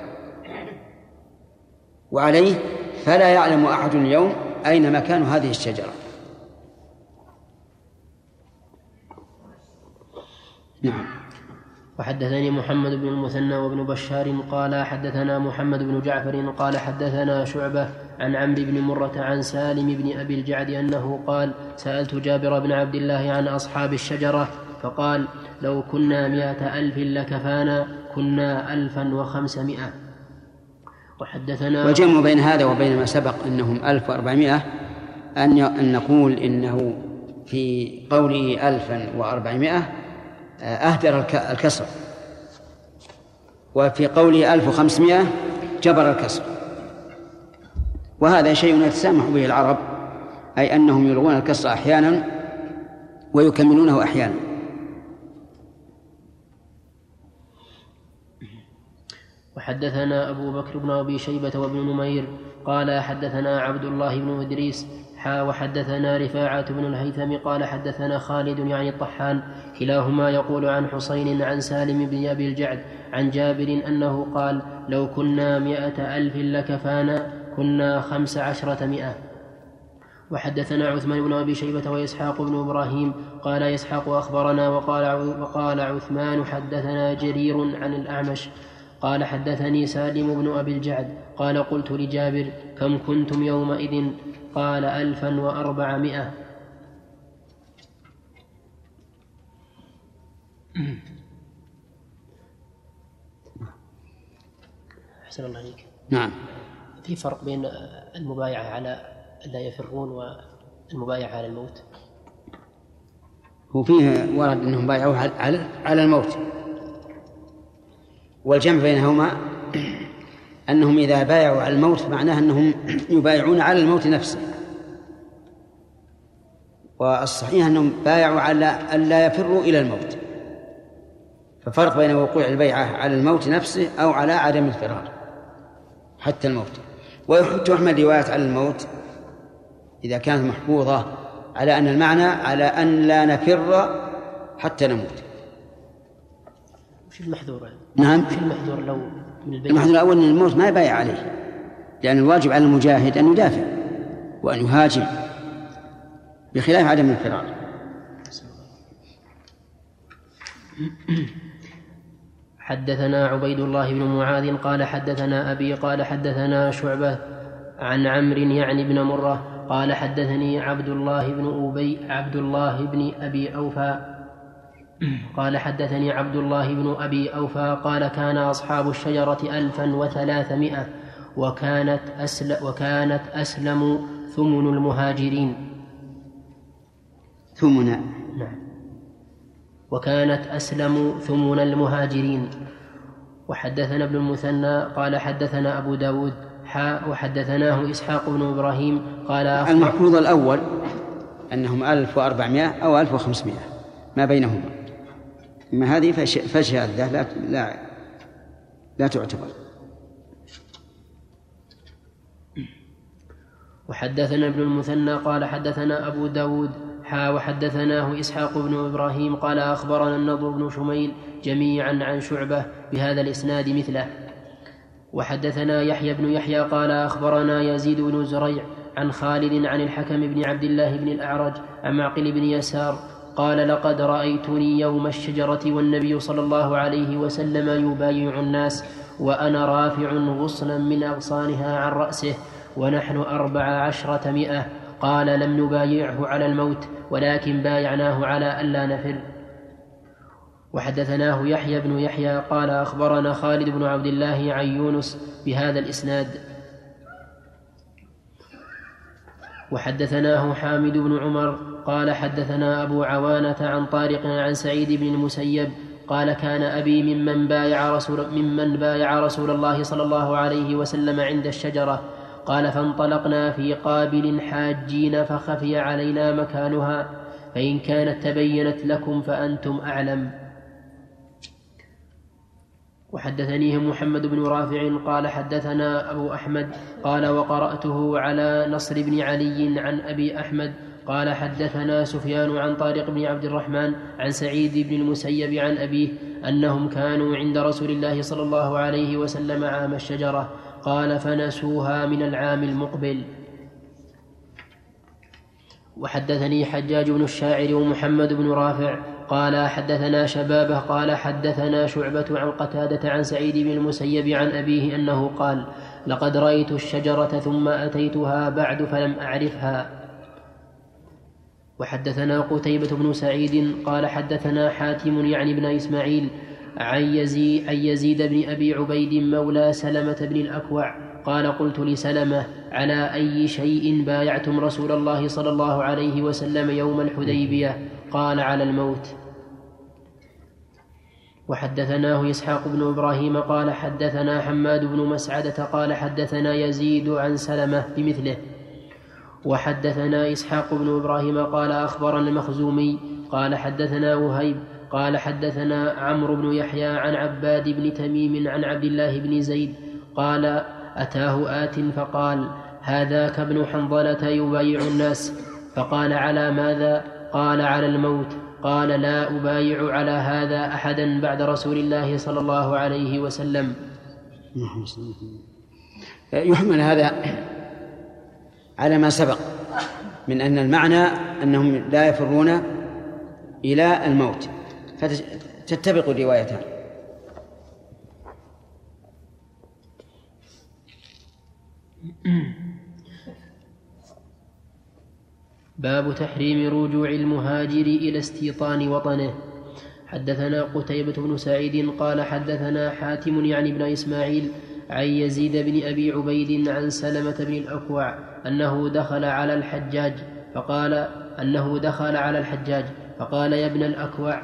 وعليه فلا يعلم أحد اليوم أين مكان هذه الشجرة. نعم. وحدثني محمد بن المثنى وابن بشار قال حدثنا محمد بن جعفر قال حدثنا شعبة عن عمرو بن مرة عن سالم بن أبي الجعد أنه قال سألت جابر بن عبد الله عن أصحاب الشجرة فقال لو كنا 100,000 لكفانا، كنا 1500. وحدثنا والجمع بين هذا وبين ما سبق أنهم 1400 أن نقول إنه في قوله 1400 أهدر الكسر، وفي قوله 1500 جبر الكسر، وهذا شيء يتسامح به العرب، أي أنهم يلغون الكسر أحيانا ويكملونه أحيانا. وحدثنا أبو بكر بن أبي شيبة وابن نمير قال حدثنا عبد الله بن إدريس وحدثنا رفاعة بن الهيثم قال حدثنا خالد يعني الطحان كلاهما يقول عن حسين عن سالم بن أبي الجعد عن جابر أنه قال لو كنا 100,000 لكفانا، كنا 1500. وحدثنا عثمان بن أبي شيبة وإسحاق بن إبراهيم قال إسحاق أخبرنا وقال عثمان حدثنا جرير عن الأعمش قال حدثني سالم بن أبي الجعد قال قلت لجابر كم كنتم يومئذ؟ قال 1400. أحسن الله عليك. نعم. في فرق بين المبايعة على لا يفرون والمبايعة على الموت؟ هو فيه ورد أنهم بايعوا على الموت، والجمع بينهما أنهم إذا بايعوا على الموت معناه أنهم يبايعون على الموت نفسه، والصحيح أنهم بايعوا على أن لا يفروا إلى الموت، ففرق بين وقوع البيعة على الموت نفسه أو على عدم الفرار حتى الموت. وتحمل روايات على الموت إذا كانت محفوظة على أن المعنى على أن لا نفر حتى نموت. وش المحذور؟ نعم. وش المحذور لو من البيع؟ المحذور الأول أن الموت ما يبايع عليه، لأن الواجب على المجاهد أن يدافع وأن يهاجم بخلاف عدم الفرار. حدثنا عبيد الله بن معاذ قال حدثنا أبي قال حدثنا شعبة عن عمرو يعني بن مرة قال حدثني عبد الله بن أبي أوفى قال حدثني عبد الله بن أبي أوفى قال كان أصحاب الشجرة 1300 وكانت أسلم ثمن المهاجرين. ثمنا. نعم. وكانت أسلم ثمن المهاجرين. وحدثنا ابن المثنى قال حدثنا أبو داود وحدثناه إسحاق بن إبراهيم قال المحفوظ الأول أنهم 1400 أو 1500 ما بينهما، أما هذه فشاذة لا تعتبر. وحدثنا ابن المثنى قال حدثنا أبو داود وحدثناه إسحاق بن إبراهيم قال أخبرنا النضر بن شميل جميعا عن شعبة بهذا الإسناد مثله. وحدثنا يحيى بن يحيى قال أخبرنا يزيد بن زريع عن خالد عن الحكم بن عبد الله بن الأعرج عن معقل بن يسار قال لقد رأيتني يوم الشجرة والنبي صلى الله عليه وسلم يبايع الناس وأنا رافع غصنا من أغصانها عن رأسه ونحن 1400. قال لم نبايعه على الموت ولكن بايعناه على ألا نفر. وحدثناه يحيى بن يحيى قال أخبرنا خالد بن عبد الله عن يونس بهذا الإسناد. وحدثناه حامد بن عمر قال حدثنا أبو عوانة عن طارق عن سعيد بن المسيب قال كان أبي ممن بايع رسول الله صلى الله عليه وسلم عند الشجرة. قال فانطلقنا في قابل حاجين فخفي علينا مكانها، فإن كانت تبينت لكم فأنتم أعلم. وحدثنيه محمد بن رافع قال حدثنا أبو أحمد قال وقرأته على نصر بن علي عن أبي أحمد قال حدثنا سفيان عن طارق بن عبد الرحمن عن سعيد بن المسيب عن أبيه أنهم كانوا عند رسول الله صلى الله عليه وسلم عام الشجرة. قال فنسوها من العام المقبل. وحدثني حجاج بن الشاعر ومحمد بن رافع قال حدثنا شبابه قال حدثنا شعبة عن قتادة عن سعيد بن المسيب عن أبيه أنه قال لقد رأيت الشجرة ثم أتيتها بعد فلم أعرفها. وحدثنا قتيبة بن سعيد قال حدثنا حاتم يعني بن إسماعيل عن يزيد بن أبي عبيد مولى سلمة بن الأكوع قال قلت لسلمة على أي شيء بايعتم رسول الله صلى الله عليه وسلم يوم الحديبية؟ قال على الموت. وحدثناه إسحاق بن إبراهيم قال حدثنا حماد بن مسعدة قال حدثنا يزيد عن سلمة بمثله. وحدثنا إسحاق بن إبراهيم قال أخبرنا المخزومي قال حدثنا وهيب قال حدثنا عمرو بن يحيى عن عباد بن تميم عن عبد الله بن زيد قال أتاه آت فقال هذاك ابن حنظلة يبايع الناس. فقال على ماذا؟ قال على الموت. قال لا أبايع على هذا أحدا بعد رسول الله صلى الله عليه وسلم. يحمل هذا على ما سبق من أن المعنى أنهم لا يفرون إلى الموت، فتتفق الروايتان. باب تحريم رجوع المهاجر إلى استيطان وطنه. حدثنا قتيبة بن سعيد قال حدثنا حاتم يعني بن إسماعيل عن يزيد بن أبي عبيد عن سلمة بن الأكوع أنه دخل على الحجاج فقال يا ابن الأكوع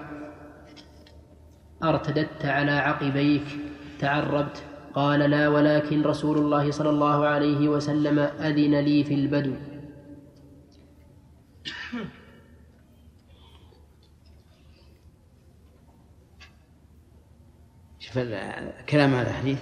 ارتدت على عقبيك تعربت؟ قال لا ولكن رسول الله صلى الله عليه وسلم أذن لي في البدو. شوف الكلام على الحديث.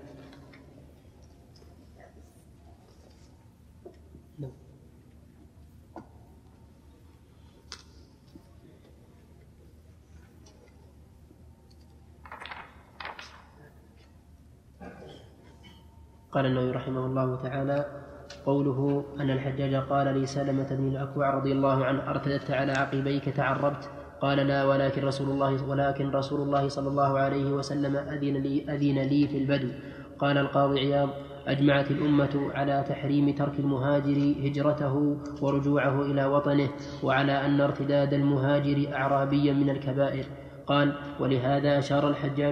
قال النووي رحمه الله تعالى قوله أن الحجاج قال لسلمة بن الأكوع رضي الله عنه ارتدت على عقبيك تعربت؟ قال لا ولكن رسول الله صلى الله عليه وسلم أذن لي في البدو. قال القاضي عياض أجمعت الأمة على تحريم ترك المهاجر هجرته ورجوعه إلى وطنه، وعلى أن ارتداد المهاجر أعرابيا من الكبائر. قال ولهذا أشار الحجاج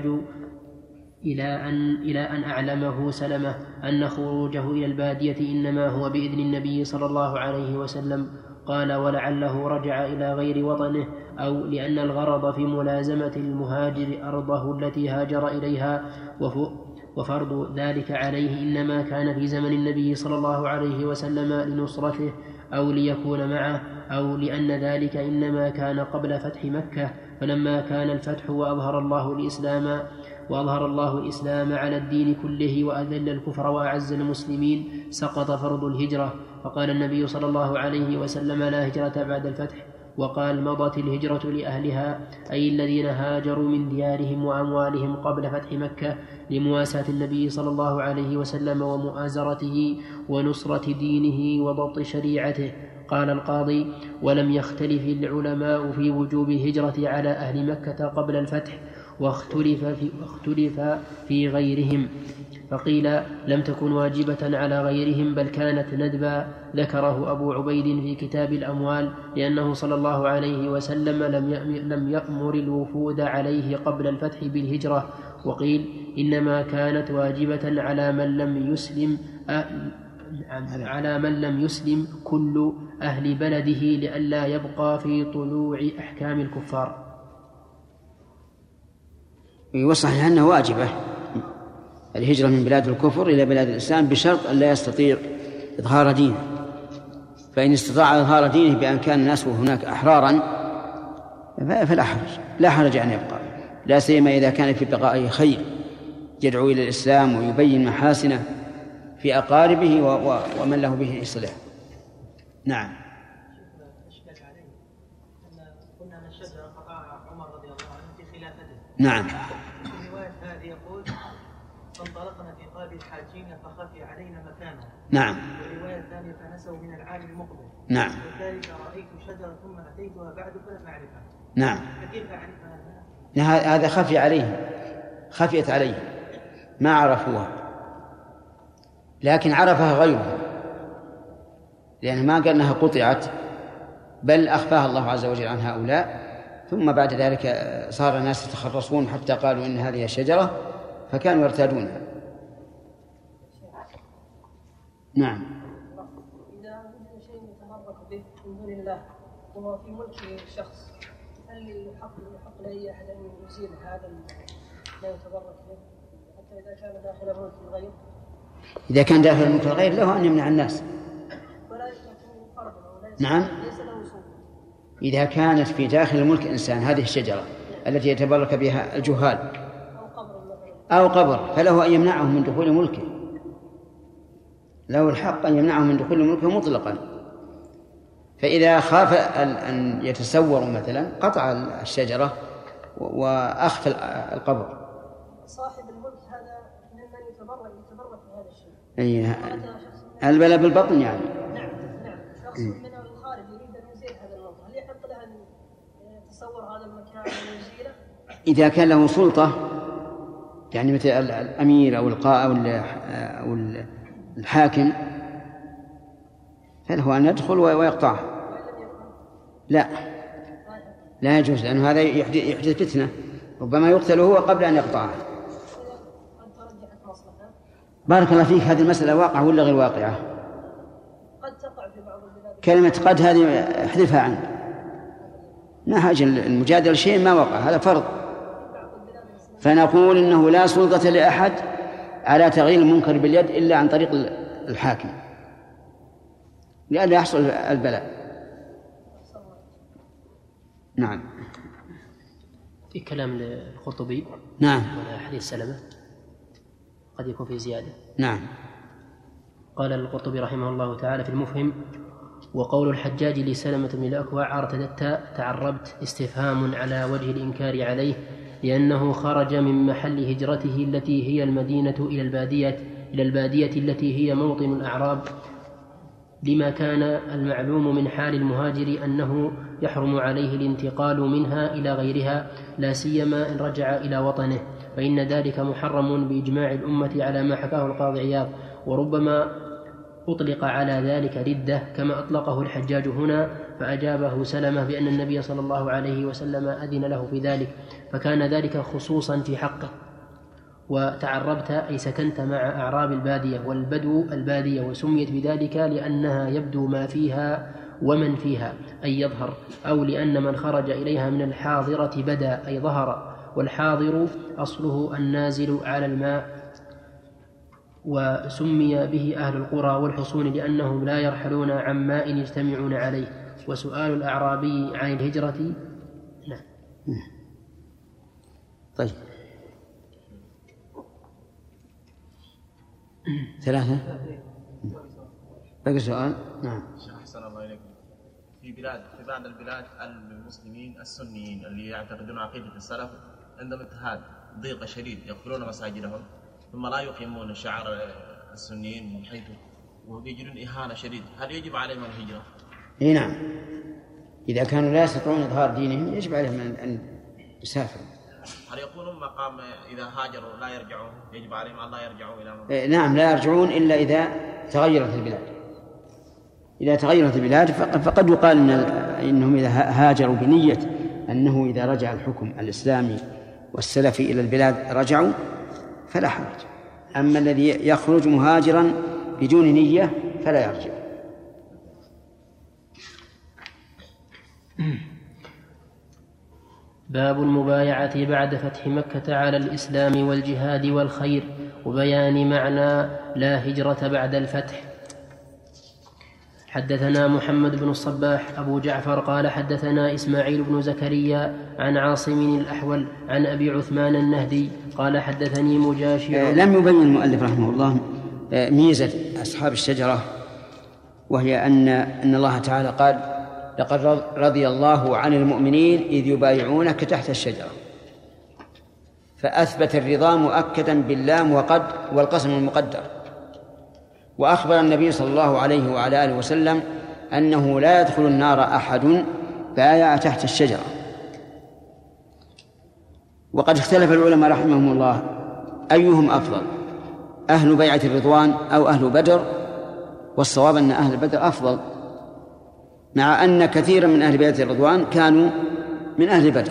إلى أن أعلمه سلمة أن خروجه إلى البادية إنما هو بإذن النبي صلى الله عليه وسلم. قال ولعله رجع إلى غير وطنه، أو لأن الغرض في ملازمة المهاجر أرضه التي هاجر إليها، وفرض ذلك عليه إنما كان في زمن النبي صلى الله عليه وسلم لنصرته أو ليكون معه، أو لأن ذلك إنما كان قبل فتح مكة، فلما كان الفتح وأظهر الله الإسلام على الدين كله وأذل الكفر وأعز المسلمين سقط فرض الهجرة. فقال النبي صلى الله عليه وسلم لا هجرة بعد الفتح. وقال مضت الهجرة لأهلها، أي الذين هاجروا من ديارهم وأموالهم قبل فتح مكة لمواساة النبي صلى الله عليه وسلم ومؤازرته ونصرة دينه وضبط شريعته. قال القاضي ولم يختلف العلماء في وجوب الهجرة على أهل مكة قبل الفتح، واختلف في غيرهم، فقيل لم تكن واجبة على غيرهم بل كانت ندبا. ذكره أبو عبيد في كتاب الأموال لأنه صلى الله عليه وسلم لم يأمر الوفود عليه قبل الفتح بالهجرة. وقيل إنما كانت واجبة على من لم يسلم كل أهل بلده لئلا يبقى في طلوع أحكام الكفار. والصحيح أنها واجبة الهجرة من بلاد الكفر إلى بلاد الإسلام بشرط أن لا يستطيع إظهار دينه، فإن استطاع إظهار دينه بأن كان الناس هناك أحرارا فلا حرج، لا حرج أن يبقى، لا سيما إذا كان في بقائه خير يدعو إلى الإسلام ويبين محاسنه في أقاربه ومن له به صلة. نعم. قلنا أن الشجرة فقعها عمر رضي الله عنه في خلافته. نعم. في رواية هذه يقول فانطلقنا في قلب الحاجين فخفي علينا مكانه. نعم. والرواية الثانية فنسوا من العام المقبل. نعم. وذلك رأيت شجرة ثم أتيتها بعد فلم أعرفها. نعم. فكيف أعرفها؟ هذا خفي عليه، خفيت عليه ما عرفوها، لكن عرفها غيره، لأنه ما قال أنها قطعت بل أخفاها الله عز وجل عن هؤلاء، ثم بعد ذلك صار الناس يتخرصون حتى قالوا إن هذه الشجرة فكانوا يرتادونها. نعم. إذا وجد شيء يتحرك به من دون الله وهو في ملك شخص، هل يحق لأي أحد أن يزيل هذا لا يتبرك به حتى إذا كان داخل ملك الغير؟ إذا كان داخل ملك الغير له أن يمنع الناس. نعم. إذا كانت في داخل ملك إنسان هذه الشجرة التي يتبرك بها الجهال أو قبر فله أن يمنعه من دخول ملكه، له الحق أن يمنعه من دخول ملكه مطلقا. فإذا خاف أن يتسور مثلا قطع الشجرة وأخفى القبر. صاحب الملك هذا ممن يتبرك بهذا الشيء. أي البلاء بالبطن يعني. نعم شخص من الخارج يريد أن يزيل هذا الموضوع، هل يحق له أن يتصور هذا المكان ويزيله؟ إذا كان له سلطة يعني مثل الأمير أو القائد أو الحاكم فله أن يدخل ويقطعه. لا يجوز، لأنه هذا يحدث فتنة، ربما يقتل هو قبل أن يقطعه. بارك الله فيك، هذه المسألة واقعة ولا غير واقعة؟ قد تقع في بعض البلاد. كلمة قد هذه احذفها عنه، ما حاجة المجادلة شيء ما وقع، هذا فرض. فنقول إنه لا سلطة لأحد على تغيير المنكر باليد إلا عن طريق الحاكم لأن يحصل البلاء. نعم. في كلام للقرطبي. نعم. ولا حديث سلمة قد يكون في زيادة. نعم. قال القرطبي رحمه الله تعالى في المفهم: وقول الحجاج لسلمة بن الأكوع ارتدت تعربت استفهام على وجه الإنكار عليه، لأنه خرج من محل هجرته التي هي المدينة إلى البادية التي هي موطن الأعراب، لما كان المعلوم من حال المهاجر أنه يحرم عليه الانتقال منها إلى غيرها، لا سيما إن رجع إلى وطنه، فإن ذلك محرم بإجماع الأمة على ما حكاه القاضي عياض. وربما أطلق على ذلك ردة كما أطلقه الحجاج هنا، فأجابه سلمة بأن النبي صلى الله عليه وسلم أذن له في ذلك، فكان ذلك خصوصا في حقه. وتعربت أي سكنت مع أعراب البادية، والبدو البادية، وسميت بذلك لأنها يبدو ما فيها ومن فيها أي يظهر، أو لأن من خرج إليها من الحاضرة بدا أي ظهر، والحاضر أصله النازل على الماء. وسمي به أهل القرى والحصون لأنهم لا يرحلون عن ماء يجتمعون عليه. وسؤال الأعرابي عن الهجرة. نعم. طيب 3 بقي سؤال. نعم. أحسن الله إليكم. في بعض البلاد المسلمين السنيين اللي يعتقدون عقيدة السلف عندهم اضطهاد ضيق شديد، يقفلون مساجدهم ثم لا يقيمون شعار السنيين من حيث ويجدون إهانة شديدة، هل يجب عليهم الهجرة؟ إيه نعم، إذا كانوا لا يستطيعون إظهار دينهم يجب عليهم أن يسافروا. هل يكونون مقام إذا هاجروا لا يرجعون، يجب عليهم أن لا يرجعوا إلى نعم، لا يرجعون إلا إذا تغيرت البلاد. إذا تغيرت البلاد فقد يقال إنهم إذا هاجروا بنية أنه إذا رجع الحكم الإسلامي والسلفي إلى البلاد رجعوا فلا حرج. أما الذي يخرج مهاجرا بدون نية فلا يرجع. باب المبايعة بعد فتح مكة على الإسلام والجهاد والخير وبيان معنى لا هجرة بعد الفتح. حدثنا محمد بن الصباح أبو جعفر قال حدثنا إسماعيل بن زكريا عن عاصم الأحول عن أبي عثمان النهدي قال حدثني مجاشع. لم يبين المؤلف رحمه الله ميزة أصحاب الشجرة، وهي أن الله تعالى قال لقد رضي الله عن المؤمنين إذ يبايعونك تحت الشجرة، فأثبت الرضا مؤكدا باللام وقد والقسم المقدر. وأخبر النبي صلى الله عليه وعلى آله وسلم أنه لا يدخل النار أحد بايع تحت الشجرة. وقد اختلف العلماء رحمهم الله أيهم أفضل، أهل بيعة الرضوان أو أهل بدر، والصواب أن أهل بدر أفضل، مع أن كثيرا من أهل بيعة الرضوان كانوا من أهل بدر.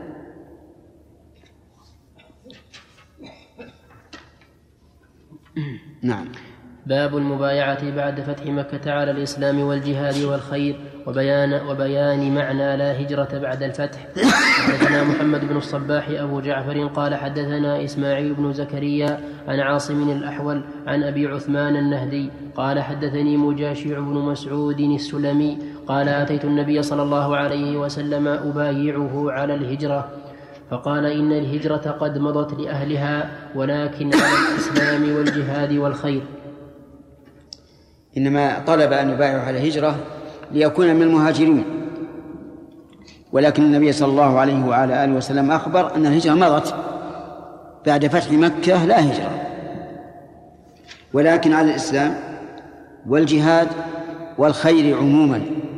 نعم. باب المبايعة بعد فتح مكة على الإسلام والجهاد والخير وبيان معنى لا هجرة بعد الفتح. حدثنا محمد بن الصباح أبو جعفر قال حدثنا إسماعيل بن زكريا عن عاصم الأحول عن أبي عثمان النهدي قال حدثني مجاشع بن مسعود السلمي قال أتيت النبي صلى الله عليه وسلم أبايعه على الهجرة، فقال إن الهجرة قد مضت لأهلها ولكن على الإسلام والجهاد والخير. إنما طلب أن يبايعه على الهجرة ليكون من المهاجرين، ولكن النبي صلى الله عليه وعلى آله وسلم أخبر أن الهجرة مضت بعد فتح مكة لا هجرة، ولكن على الإسلام والجهاد والخير عموما.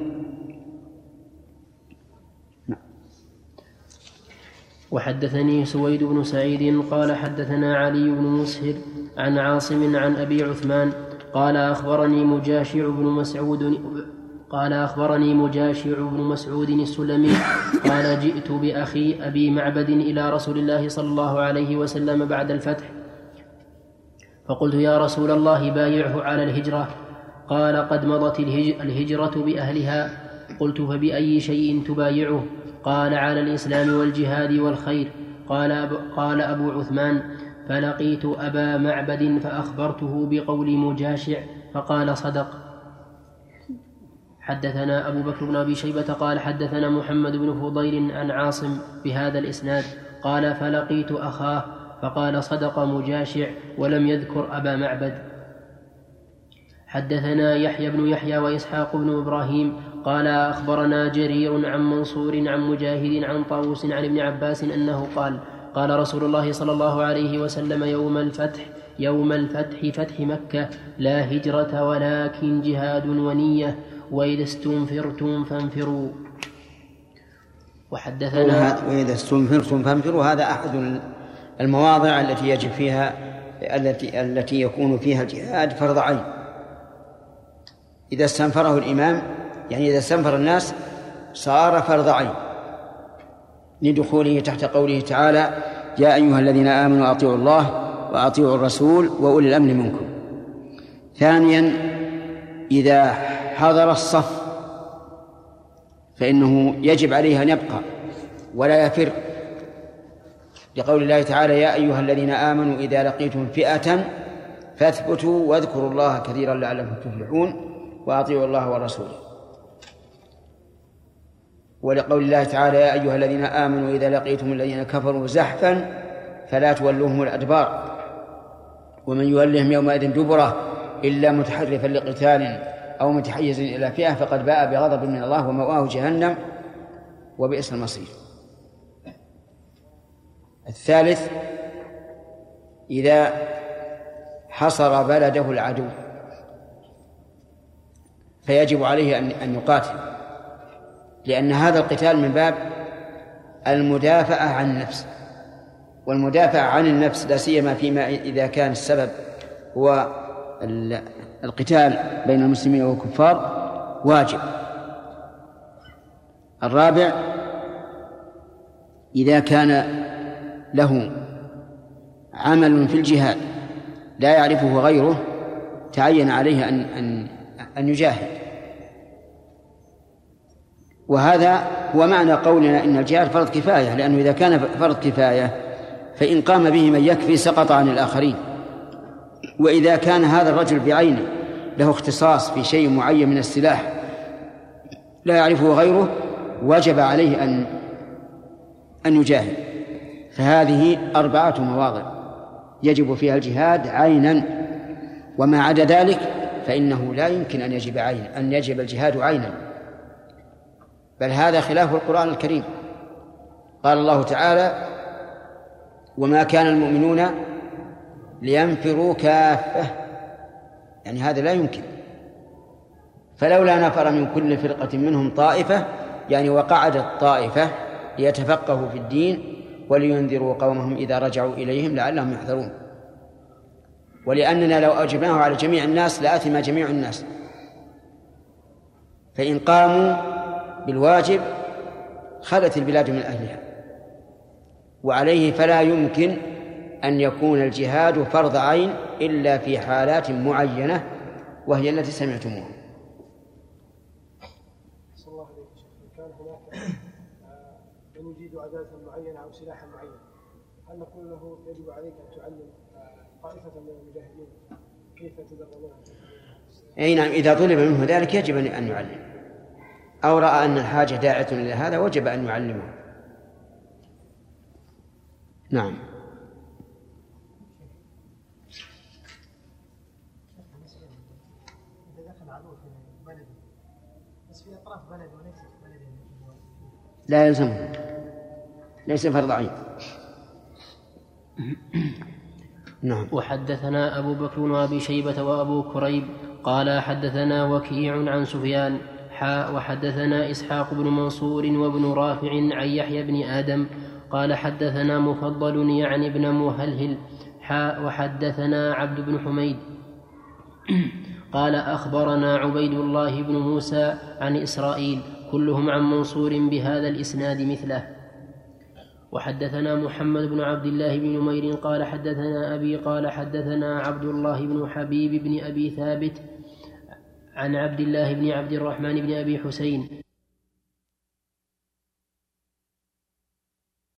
وحدثني سويد بن سعيد قال حدثنا علي بن مسهر عن عاصم عن أبي عثمان قال أخبرني مجاشع بن مسعود السلمي قال جئت بأخي أبي معبد إلى رسول الله صلى الله عليه وسلم بعد الفتح، فقلت يا رسول الله بايعه على الهجرة، قال قد مضت الهجرة بأهلها. قلت فبأي شيء تبايعه؟ قال على الإسلام والجهاد والخير. قال أبو عثمان فلقيت أبا معبد فأخبرته بقول مجاشع فقال صدق. حدثنا أبو بكر بن أبي شيبة قال حدثنا محمد بن فضيل عن عاصم بهذا الإسناد قال فلقيت أخاه فقال صدق مجاشع ولم يذكر أبا معبد. حدثنا يحيى بن يحيى وإسحاق بن إبراهيم قال أخبرنا جرير عن منصور عن مجاهد عن طاووس عن ابن عباس أنه قال قال رسول الله صلى الله عليه وسلم يوم الفتح فتح مكة لا هجرة ولكن جهاد ونية وإذا استنفرتم فانفروا. وحدثنا وإذا استنفرتم فانفروا، هذا أحد المواضع التي يجب فيها التي يكون فيها الجهاد فرض عين. إذا استنفره الإمام يعني إذا استنفر الناس صار فرض عين لدخوله تحت قوله تعالى يا أيها الذين آمنوا أطيعوا الله وأطيعوا الرسول وأولي الأمر منكم. ثانيا إذا حضر الصف فإنه يجب عليه أن يبقى ولا يفر، لقول الله تعالى يا أيها الذين آمنوا إذا لقيتم فئة فاثبتوا واذكروا الله كثيرا لعلكم تفلحون وأطيعوا الله ورسوله. ولقول الله تعالى يا أيها الذين آمنوا إذا لقيتم الذين كفروا زحفا فلا تولوهم الأدبار ومن يولهم يومئذ دبره إلا متحرفا لقتال أو متحيز إلى فئة فقد باء بغضب من الله ومأواه جهنم وبئس المصير. الثالث إذا حصر بلده العدو فيجب عليه أن يقاتل، لأن هذا القتال من باب المدافعة عن النفس، والمدافعة عن النفس لا سيما فيما إذا كان السبب هو القتال بين المسلمين والكفار واجب. الرابع إذا كان له عمل في الجهاد لا يعرفه غيره تعين عليه أن يجاهد. وهذا هو معنى قولنا إن الجهاد فرض كفاية، لأنه إذا كان فرض كفاية فإن قام به من يكفي سقط عن الآخرين. وإذا كان هذا الرجل بعينه له اختصاص في شيء معين من السلاح لا يعرفه غيره وجب عليه أن يجاهد. فهذه 4 مواضع يجب فيها الجهاد عينا، وما عدا ذلك فإنه لا يمكن أن يجب الجهاد عينا، بل هذا خلاف القرآن الكريم. قال الله تعالى: وما كان المؤمنون لينفروا كافة، يعني هذا لا يمكن. فلولا نفر من كل فرقة منهم طائفة، يعني وقعدت طائفة ليتفقهوا في الدين ولينذروا قومهم إذا رجعوا إليهم لعلهم يحذرون. ولأننا لو أوجبناه على جميع الناس لآثم جميع الناس، فإن قاموا بالواجب خلت البلاد من أهلها، وعليه فلا يمكن أن يكون الجهاد فرض عين إلا في حالات معينة وهي التي سمعتموها. صلى الله عليه وسلم. كان هناك من يجيد عدالة معينة أو سلاحا معينا، هل نقول له يجب عليك أن تعلم طائفة من المجاهدين كيف يتدربون؟ أي نعم، إذا طلب منه ذلك يجب أن يعلم، أو رأى أن الحاجة داعية إلى هذا وجب أن يعلمه. نعم. لا يلزمه، ليس فرض عين. نعم. وحدثنا أبو بكر وأبي شيبة وأبو كريب قال حدثنا وكيع عن سفيان وحدثنا إسحاق بن منصور وابن رافع عن يحيى بن آدم قال حدثنا مفضل يعني ابن مهلهل وحدثنا عبد بن حميد قال أخبرنا عبيد الله بن موسى عن إسرائيل كلهم عن منصور بهذا الإسناد مثله. وحدثنا محمد بن عبد الله بن نمير قال حدثنا أبي قال حدثنا عبد الله بن حبيب بن أبي ثابت عن عبد الله بن عبد الرحمن بن أبي حسين